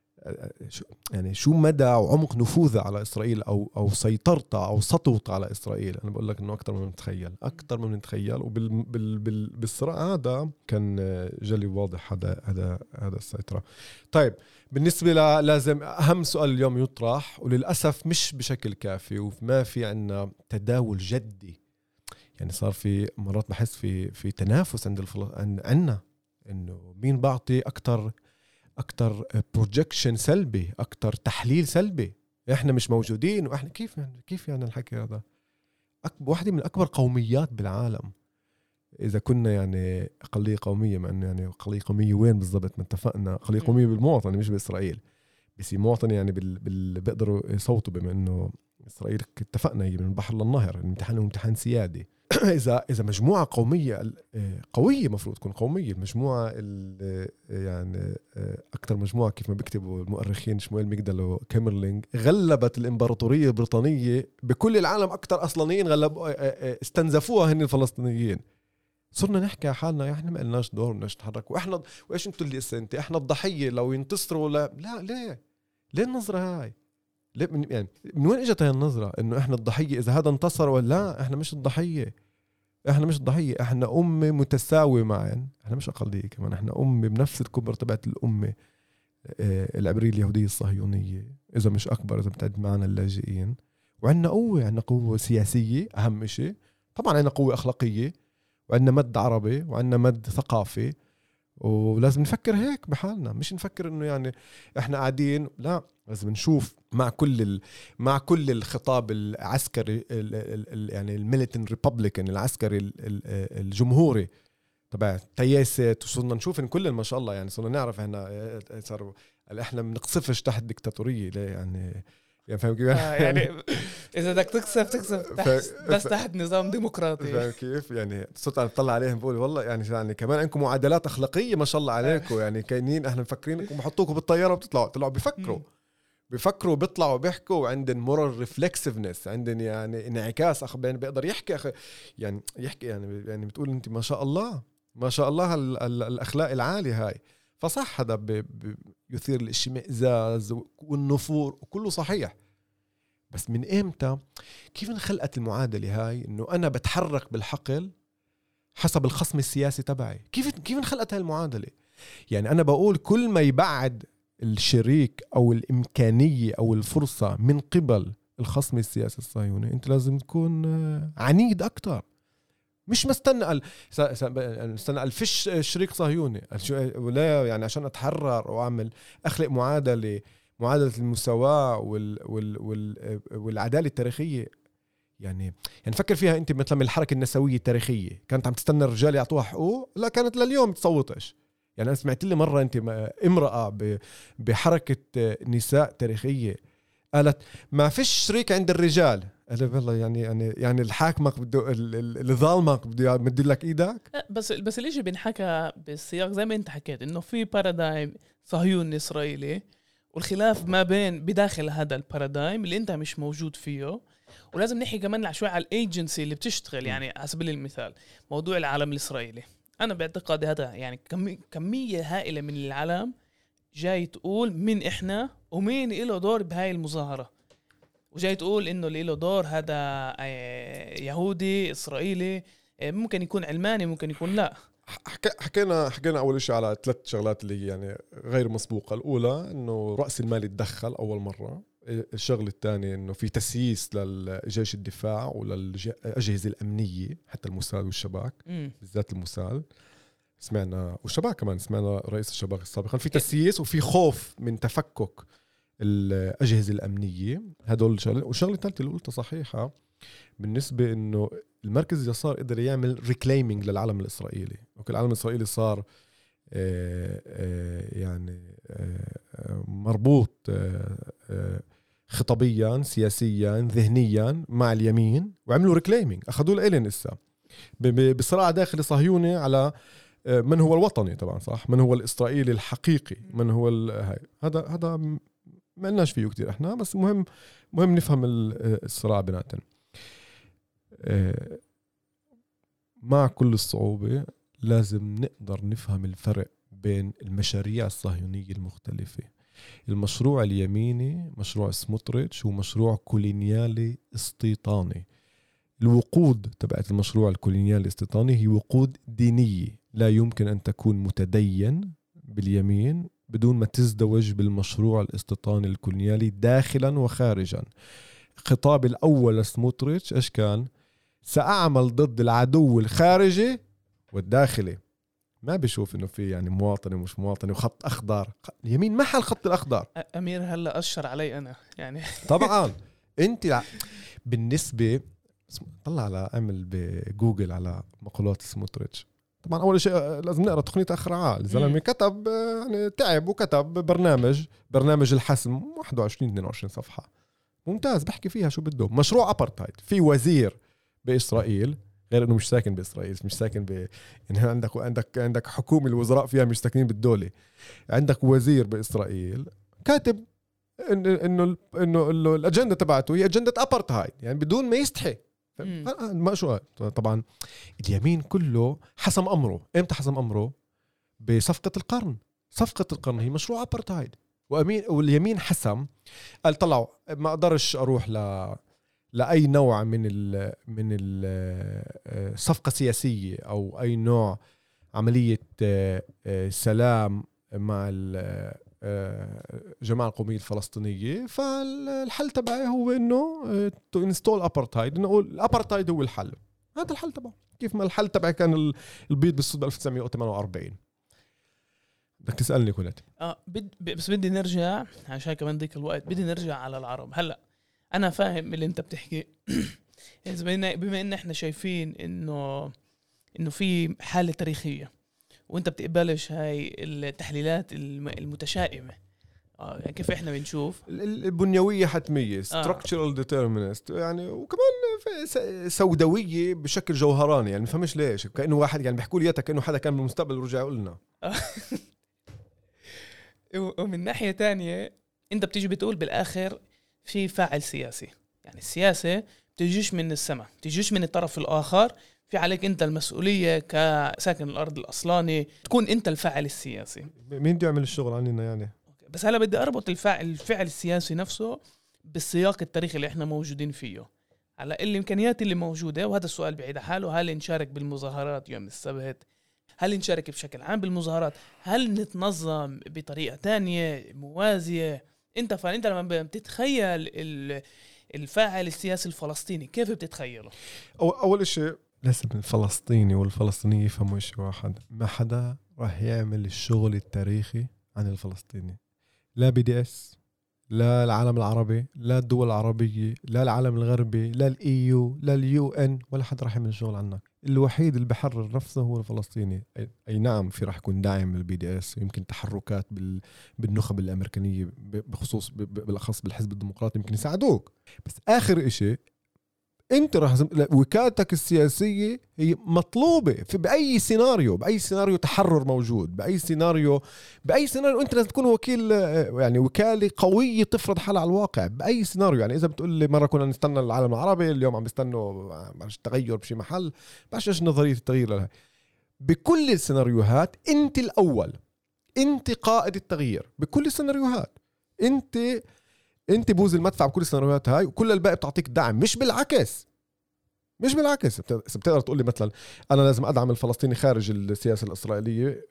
يعني شو مدى وعمق نفوذها على اسرائيل او سيطرتها او سطوتها على اسرائيل. انا بقول لك انه اكثر من نتخيل وبالصراع هذا كان جلي واضح هذا السيطره. طيب بالنسبه لازم اهم سؤال اليوم يطرح، وللاسف مش بشكل كافي وما في عندنا تداول جدي. يعني صار في مرات بحس في تنافس عندنا انه مين بعطي اكثر بروجكشن سلبي، أكتر تحليل سلبي. إحنا مش موجودين، وإحنا كيف يعني الحكي هذا؟ واحدة من أكبر قوميات بالعالم، إذا كنا يعني أقلية قومية، مع إنه يعني أقلية قومية وين بالضبط؟ ما اتفقنا أقلية قومية بالمواطنة مش بإسرائيل، بس مواطنة يعني بيقدروا يصوتوا، بما إنه إسرائيل اتفقنا هي من البحر للنهر، الامتحان هو امتحان سيادي. إذا مجموعة قومية قوية، مفروض تكون قومية المجموعة يعني أكتر مجموعة كيف ما بيكتبوا المؤرخين شمويل ميجدال وكيمرلينج، غلبت الإمبراطورية البريطانية بكل العالم. أكتر أصلانيين استنزفوها هن الفلسطينيين. صرنا نحكي على حالنا إحنا ما لناش دور، بدناش نتحرك، وإحنا وإيش أنتوا اللي أنت إحنا الضحية لو ينتصروا. لا ليه النظرة هاي؟ يعني من وين اجت هاي النظرة انه احنا الضحية اذا هذا انتصر؟ ولا لا، احنا مش الضحية، احنا أمة متساوية معا، احنا مش أقلية كمان، احنا أمة بنفس الكبر تبعت الأمة العبرية اليهودية الصهيونية، اذا مش اكبر اذا بتعد معنا اللاجئين. وعندنا قوة سياسية اهم شيء، طبعا عندنا قوة اخلاقية، وعندنا مد عربي، وعندنا مد ثقافي، ولازم نفكر هيك بحالنا، مش نفكر انه يعني احنا قاعدين. لا، لازم نشوف مع كل الخطاب العسكري يعني الميليتن ريبابليكان، العسكري الجمهوري تبع تياسة، وصلنا نشوف ان كل ما شاء الله يعني صرنا نعرف احنا صاروا احنا بنقصفش تحت ديكتاتورية ليه يعني فاهم كيف؟ يعني اذا بدك تكسب بس تحت نظام ديمقراطي. فاهم كيف؟ يعني صرت اطلع عليهم بقول والله يعني كمان عندكم معادلات اخلاقيه ما شاء الله عليكم. يعني كاينين احنا مفكرين انكم بحطوكم بالطياره وبتطلعوا بيفكروا بيطلعوا بيحكوا، وعندن مورال ريفلكسيفنس، عندن يعني انعكاس بيقدر يحكي يعني يعني بتقول انت ما شاء الله الاخلاق العاليه هاي. فصح هذا يثير الاشمئزاز والنفور وكله صحيح، بس من امتى كيف انخلقت المعادله هاي انه انا بتحرك بالحقل حسب الخصم السياسي تبعي؟ كيف انخلقت هاي المعادله؟ يعني انا بقول كل ما يبعد الشريك او الامكانيه او الفرصه من قبل الخصم السياسي الصهيوني، انت لازم تكون عنيد اكتر. مش مستنى الفش شريك صهيوني ولا يعني عشان اتحرر واعمل اخلق معادله المساواه والعداله التاريخيه. يعني فكر فيها انت، مثلا الحركه النسويه التاريخيه كانت عم تستنى الرجال يعطوها حقوق؟ لا، كانت لليوم تصوتش. يعني انا سمعت لي مره انت امراه بحركه نساء تاريخيه قالت ما فيش شريك عند الرجال. قال والله يعني الحاكمك بده اللي ظالمك بده يمد لك ايدك. بس الاشي بنحكى بالسياق زي ما انت حكيت انه في بارادايم صهيوني اسرائيلي، والخلاف ما بين بداخل هذا البارادايم اللي انت مش موجود فيه. ولازم نحكي كمان شوي على الايجنسي اللي بتشتغل. يعني على سبيل المثال موضوع العالم الاسرائيلي، انا باعتقادي هذا يعني كمية هائلة من العالم جاي تقول مين احنا ومين له دور بهاي المظاهرة. وجاي تقول انه اللي له دور هذا يهودي اسرائيلي، ممكن يكون علماني ممكن يكون لا. حكينا اول شيء على 3 شغلات اللي هي يعني غير مسبوقه. الاولى انه راس المال يتدخل اول مره. الشغله الثانيه انه في تسييس للجيش الدفاع وللاجهزه الامنيه حتى الموساد والشباك، بالذات الموساد سمعنا والشباك كمان سمعنا رئيس الشباك السابق في تسييس وفي خوف من تفكك الأجهزة الأمنية. هدول شغلة. والشغلة الثالثة اللي قلتها صحيحة بالنسبة إنه المركز اليسار قدر يعمل ريكليمينج للعالم الإسرائيلي. العالم الإسرائيلي صار يعني مربوط خطابيا سياسيا ذهنيا مع اليمين، وعملوا ريكليمينج، أخذوا الإلين إسا بصراع داخلي صهيوني على من هو الوطني طبعا، صح، من هو الإسرائيلي الحقيقي، من هو هذا ما لناش فيه كتير احنا، بس مهم نفهم الصراع بيناتنا. مع كل الصعوبة لازم نقدر نفهم الفرق بين المشاريع الصهيونية المختلفة. المشروع اليميني مشروع سموتريتش ومشروع كولونيالي استيطاني. الوقود تبعت المشروع الكولونيالي الاستيطاني هي وقود دينية، لا يمكن أن تكون متدين باليمين بدون ما تزدوج بالمشروع الاستيطاني الكولونيالي داخلا وخارجا. خطاب الأول لسموتريتش إيش كان؟ سأعمل ضد العدو الخارجي والداخلي. ما بيشوف إنه في يعني مواطني ومش مواطني وخط أخضر. اليمين محل خط الأخضر. أمير هلأ أشر علي أنا يعني طبعا أنت بالنسبة طلع على أعمل بجوجل على مقولات سموتريتش. طبعا أول شيء لازم نقرأ تقنية أخرعاء. الزلمة كتب يعني تعب وكتب برنامج الحسم 21-22 صفحة ممتاز، بحكي فيها شو بده. مشروع أبرتايد. في وزير بإسرائيل غير إنه مش ساكن بإسرائيل، مش ساكن يعني عندك حكومة الوزراء فيها مش ساكنين بالدولة. عندك وزير بإسرائيل كاتب إنه الأجندة تبعته هي أجندة أبرتايد، يعني بدون ما يستحي. ما شو طبعا اليمين كله حسم أمره. إمتى حسم أمره؟ بصفقة القرن. صفقة القرن هي مشروع أبرتايد، واليمين حسم قال طلعوا ما أقدرش أروح لأي نوع من الصفقة سياسية أو أي نوع عملية سلام مع الجماعة القومية الفلسطينية. فالحل تبعه هو إنه تو انستول أبرتايد، إنه الأبرتايد هو الحل. هذا الحل تبعه. كيف ما الحل تبعه كان البيض بالصدى 1948. بدك تسألني كنت بس بدي نرجع عشان كمان ديك الوقت بدي نرجع على العرب. هلأ أنا فاهم اللي أنت بتحكي بما إن إحنا شايفين إنه في حالة تاريخية وأنت بتقبلش هاي التحليلات المتشائمة. يعني كيف إحنا بنشوف البنيوية حتمية structural determinist يعني، وكمان سوداوية بشكل جوهراني. يعني مفهمش ليش كأنه واحد يعني بيحكوا لي كأنه حدا كان بالمستقبل ورجع يقول لنا. ومن ناحية تانية أنت بتيجي بتقول بالآخر في فاعل سياسي. يعني السياسة بتجيش من السماء، بتجيش من الطرف الآخر. في عليك أنت المسؤولية كساكن الأرض الأصلاني تكون أنت الفاعل السياسي. مين بده يعمل الشغل عننا يعني؟ بس هلا بدي أربط الفعل السياسي نفسه بالسياق التاريخي اللي إحنا موجودين فيه، على الإمكانيات اللي موجودة. وهذا السؤال بعيد حاله. هل نشارك بالمظاهرات يوم السبت؟ هل نشارك بشكل عام بالمظاهرات؟ هل نتنظم بطريقة تانية موازية؟ أنت لما بتتخيل الفاعل السياسي الفلسطيني كيف بتتخيله؟ أول شيء لازم الفلسطيني والفلسطينية يفهموا شيء واحد. ما حدا راح يعمل الشغل التاريخي عن الفلسطيني. لا BDS، لا العالم العربي، لا الدول العربية، لا العالم الغربي، لا الEU، لا الUN، ولا حد راح يعمل الشغل عنك. الوحيد اللي بحرر نفسه هو الفلسطيني. أي نعم في راح يكون داعم للBDS، يمكن تحركات بالنخب الأمريكانية بخصوص بالأخص بالحزب الديمقراطي يمكن يساعدوك. بس آخر إشي انت راح وكالتك السياسية هي مطلوبة في بأي سيناريو تحرر موجود، بأي سيناريو انت لازم تكون وكيل، يعني وكالة قوية تفرض حالها على الواقع بأي سيناريو. يعني إذا بتقول لي مرة كنا نستنى العالم العربي، اليوم عم يستنوا تغير بشي محل، باش نظرية التغيير لها. بكل السيناريوهات انت الأول، انت قائد التغيير بكل السيناريوهات. انت انت بوز المدفع بكل السيناريوهات هاي، وكل الباقي بتعطيك دعم. مش بالعكس بتقدر تقول لي مثلا انا لازم ادعم الفلسطيني خارج السياسه الاسرائيليه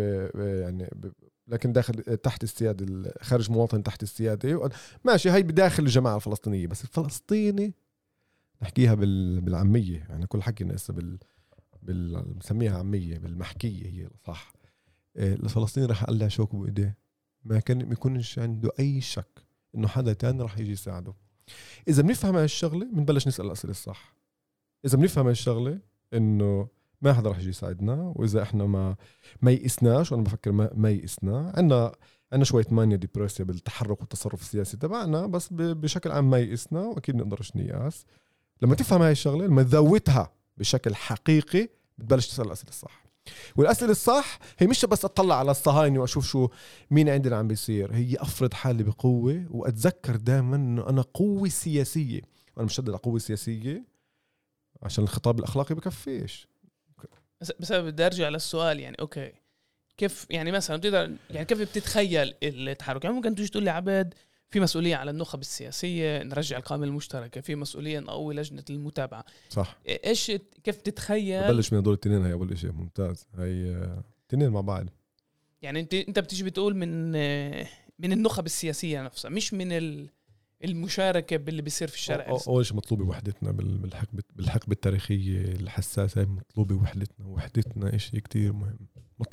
لكن داخل تحت السياده، خارج مواطن تحت السياده ماشي، هاي بداخل الجماعه الفلسطينيه. بس الفلسطيني نحكيها بالعاميه، يعني كل حكينا هسه بنسميها عاميه، بالمحكيه هي صح. الفلسطيني راح اقلع شوك بايديه، ما يكونش عنده اي شك انه حدا تاني راح يجي يساعده. اذا بنفهم هاي الشغله بنبلش نسال الاسئله الصح. اذا بنفهم هاي الشغله انه ما حدا راح يجي يساعدنا، واذا احنا ما يئسناش، وانا بفكر ما يئسنا، عندنا شويه مانيا ديبرسيا بالتحرك والتصرف السياسي تبعنا، بس بشكل عام ما يئسنا، واكيد نقدرش نيأس. لما تفهم هاي الشغله، لما تذوتها بشكل حقيقي، بتبلش تسال الاسئله الصح. والاسئله الصح هي مش بس اطلع على الصهاينه واشوف شو مين عندنا عم بيصير، هي افرض حالي بقوه، واتذكر دائما انه انا قوه سياسيه، وانا مشدد على قوه سياسيه عشان الخطاب الاخلاقي بكفيش. بس بدي ارجع للسؤال، يعني اوكي كيف يعني مثلا بتقدر يعني كيف بتتخيل التحرك؟ يعني ممكن تيجي تقول لي عبد في مسؤوليه على النخب السياسيه نرجع القائمه المشتركه، في مسؤوليه نقوي لجنه المتابعه، صح. ايش كيف تتخيل؟ ببلش من هدول الاثنين، هي اول شيء ممتاز، هي اثنين مع بعض. يعني انت بتيجي بتقول من النخب السياسيه نفسها، مش من المشاركه باللي بيصير في الشارع. اول شيء مطلوبه وحدتنا بالحقبه التاريخيه الحساسه، مطلوبه وحدتنا شيء كتير مهم.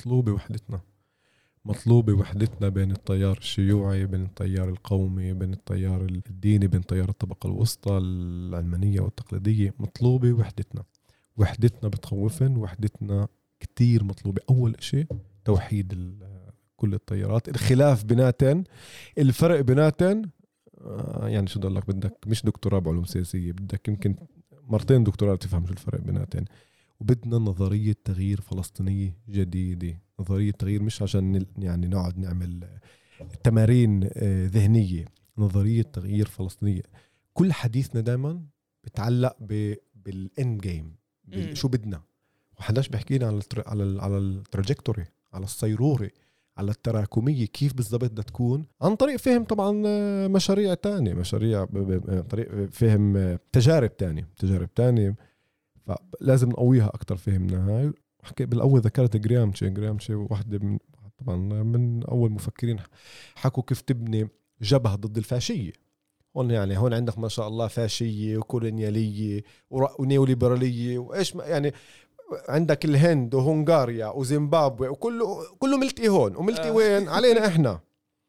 مطلوبه وحدتنا بين التيار الشيوعي، بين التيار القومي، بين التيار الديني، بين تيار الطبقه الوسطى العلمانيه والتقليديه. مطلوبه وحدتنا بتخوفن، وحدتنا كتير مطلوبه. اول شيء توحيد كل التيارات، الخلاف بيناتن، الفرق بيناتن. يعني شو ضلك بدك مش دكتوراه بعلوم سياسية، بدك يمكن مرتين دكتوراه تفهم شو الفرق بيناتن. وبدنا نظرية تغيير فلسطينية جديدة، نظرية تغيير مش عشان يعني نقعد نعمل تمارين ذهنية، نظرية تغيير فلسطينية. كل حديثنا دائما بتعلق بالإند جيم، شو بدنا، وحداش بحكينا على التراجكتوري، على الصيروري، على التراكمية، كيف بالضبط بدها تكون، عن طريق فهم طبعا مشاريع تانية، طريق فهم تجارب تانية. فلازم نقويها أكتر فهمنا هاي. حكي بالأول ذكرت جرامشي واحدة طبعا من أول مفكرين حكوا كيف تبني جبهة ضد الفاشية. هون عندك ما شاء الله فاشية وكولونيالية ونيوليبرالية وإيش يعني، عندك الهند وهنغاريا وزيمبابوي وكله ملتقي هون وملتقي وين علينا احنا.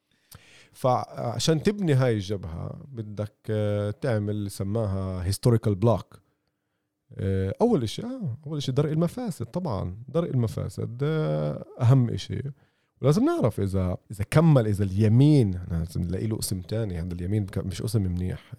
فعشان تبني هاي الجبهة بدك تعمل سماها historical block. اول شيء درء المفاسد. طبعا درء المفاسد اهم شيء، ولازم نعرف اذا كمل، اذا اليمين لازم نلاقي له اسم تاني. هذا اليمين مش اسم منيح.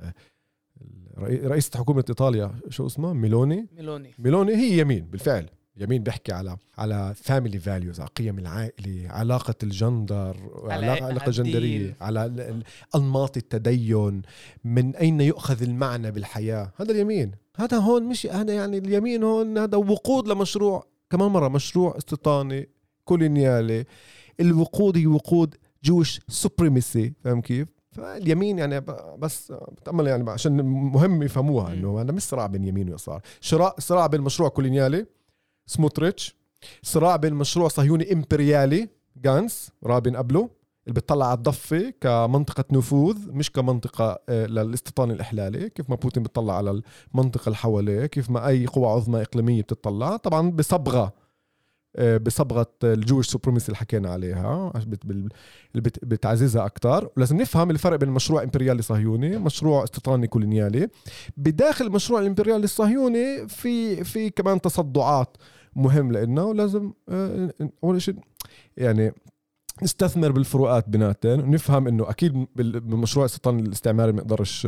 رئيسة حكومة إيطاليا شو اسمه؟ ميلوني هي يمين بالفعل. يمين بيحكي على family values، على قيم العائلة، علاقة الجندر، علاقة الجندرية، على أنماط التدين، من أين يؤخذ المعنى بالحياة. هذا اليمين. هذا هون مش هذا يعني اليمين هون هذا وقود لمشروع، كمان مرة مشروع استيطاني كولونيالي. الوقود هي وقود جوش سوبريميسي، فاهم كيف؟ فاليمين يعني بس بتأمل يعني عشان مهم يفهموها انه هذا مش صراع بين يمين ويسار، صراع بين مشروع كولونيالي سموتريتش، صراع بين مشروع صهيوني امبريالي غانس رابين قبله، اللي بتطلع على الضفة كمنطقة نفوذ مش كمنطقة للاستيطان الإحلالي، كيف ما بوتين بتطلع على المنطقة اللي حواليه، كيف ما أي قوى عظمى إقليمية بتطلع، طبعا بصبغة الجوش سوبريمسي اللي حكينا عليها اللي بتعززها أكتر. ولازم نفهم الفرق بين مشروع إمبريالي صهيوني مشروع استيطاني كولونيالي. بداخل المشروع الإمبريالي الصهيوني في كمان تصدعات مهم لإنه، ولازم أول شيء يعني نستثمر بالفروقات بيناتن، ونفهم إنه أكيد بالمشروع الاستيطاني الاستعماري بنقدرش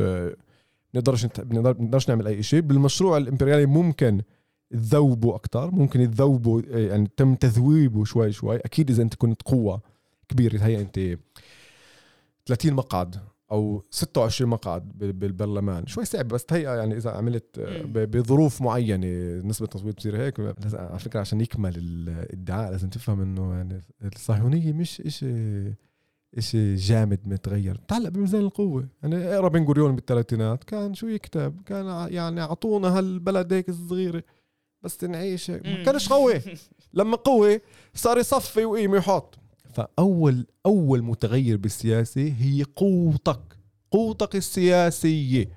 نعمل أي شيء. بالمشروع الإمبريالي ممكن تذوبوا أكتر، ممكن يتذوبوا يعني تم تذويبه شوي. أكيد إذا أنت كنت قوة كبيرة، هي أنت 30 مقعد أو 26 مقعد بالبرلمان شوي صعب، بس هي يعني إذا عملت بظروف معينة نسبة تصويت بصير هيك. على فكرة عشان يكمل الادعاء لازم تفهم إنه يعني الصهيونية مش إشي جامد متغير. تعلق بميزان القوة. يعني اقرأ بن غوريون بالثلاثينات كان شو يكتب؟ كان يعني عطونا هالبلد هيك الصغيرة بس نعيش. ما كانش قوي. لما قوي صار يصفي وقيم يحط. فأول متغير بالسياسة هي قوتك السياسية.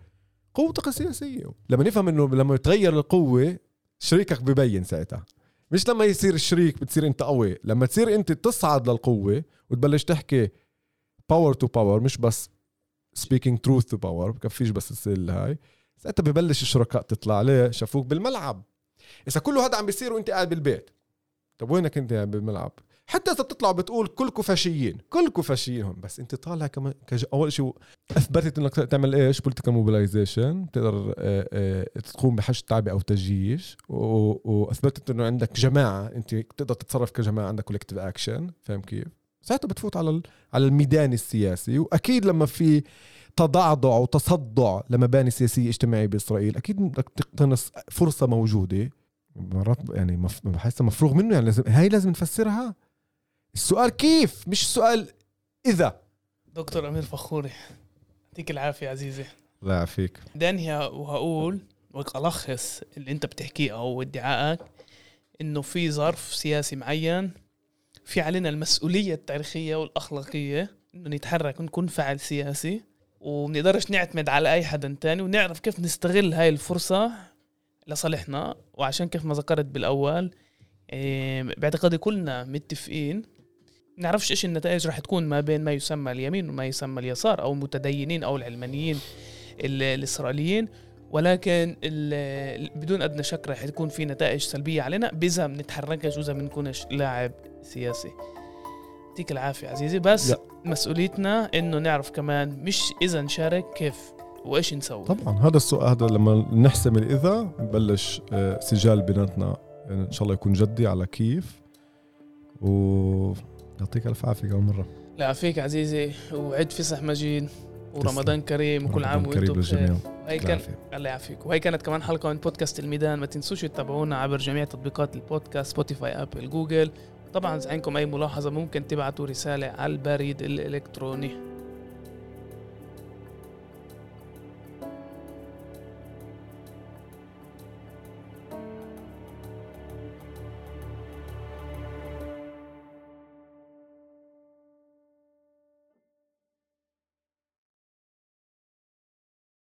لما نفهم إنه لما يتغير القوة شريكك ببين ساعتها. مش لما يصير الشريك بتصير انت قوي. لما تصير انت تصعد للقوة وتبلش تحكي power to power مش بس speaking truth to power بكفيش بس السيل هاي. ساعتها ببلش الشركاء تطلع ليه شافوك بالملعب. إذا كله هذا عم بيصير وانت قاعد بالبيت طب وينك انت بالملعب؟ حتى إذا بتطلع بتقول كلكم فاشيين هم بس انت طالع كمان أول شيء أثبتت انك تعمل ايش political mobilization تقدر تقوم بحشد تعبئة أو تجيش وأثبتت انه عندك جماعة انت تقدر تتصرف كجماعة عندك collective action. فاهم كيف؟ ساعتها بتفوت على الميدان السياسي. وأكيد لما في تضعضع وتصدع لمباني سياسية اجتماعية بإسرائيل أكيد بدك تقتنص فرصة موجودة مرات يعني بحسها مفروغ منه. يعني لازم نفسرها. السؤال كيف مش السؤال إذا. دكتور أمير فخوري يعطيك العافية عزيزي. لا يعافيك. دانيا وهقول وألخص اللي أنت بتحكيه أو ادعائك إنه في ظرف سياسي معين في علينا المسؤولية التاريخية والأخلاقية إنه نتحرك ونكون فعل سياسي ومنقدرش نعتمد على أي حدا تاني ونعرف كيف نستغل هاي الفرصة لصالحنا. وعشان كيف ما ذكرت بالأول باعتقادي كلنا متفقين نعرفش إيش النتائج راح تكون ما بين ما يسمى اليمين وما يسمى اليسار أو المتدينين أو العلمانيين الإسرائيليين ولكن بدون أدنى شك راح تكون في نتائج سلبية علينا بإذا بنتحركش وإذا بنكونش لاعب سياسي. يعطيك العافية عزيزي. بس مسؤوليتنا إنه نعرف كمان مش إذا نشارك كيف وإيش نسوي. طبعا هذا السؤال هذا لما نحسم الإذا نبلش سجال بيناتنا إن شاء الله يكون جدي على كيف. ويعطيك ألف عافية كمان مرة. لا عافيك عزيزي وعيد فسح مجيد ورمضان كريم وكل عام وانتم بخير. وهي كان الله يعافيك. وهي كانت كمان حلقة من بودكاست الميدان. ما تنسوش تتابعونا عبر جميع تطبيقات البودكاست سبوتيفاي أبل جوجل. طبعا إذا عندكم أي ملاحظة ممكن تبعتوا رسالة على البريد الإلكتروني.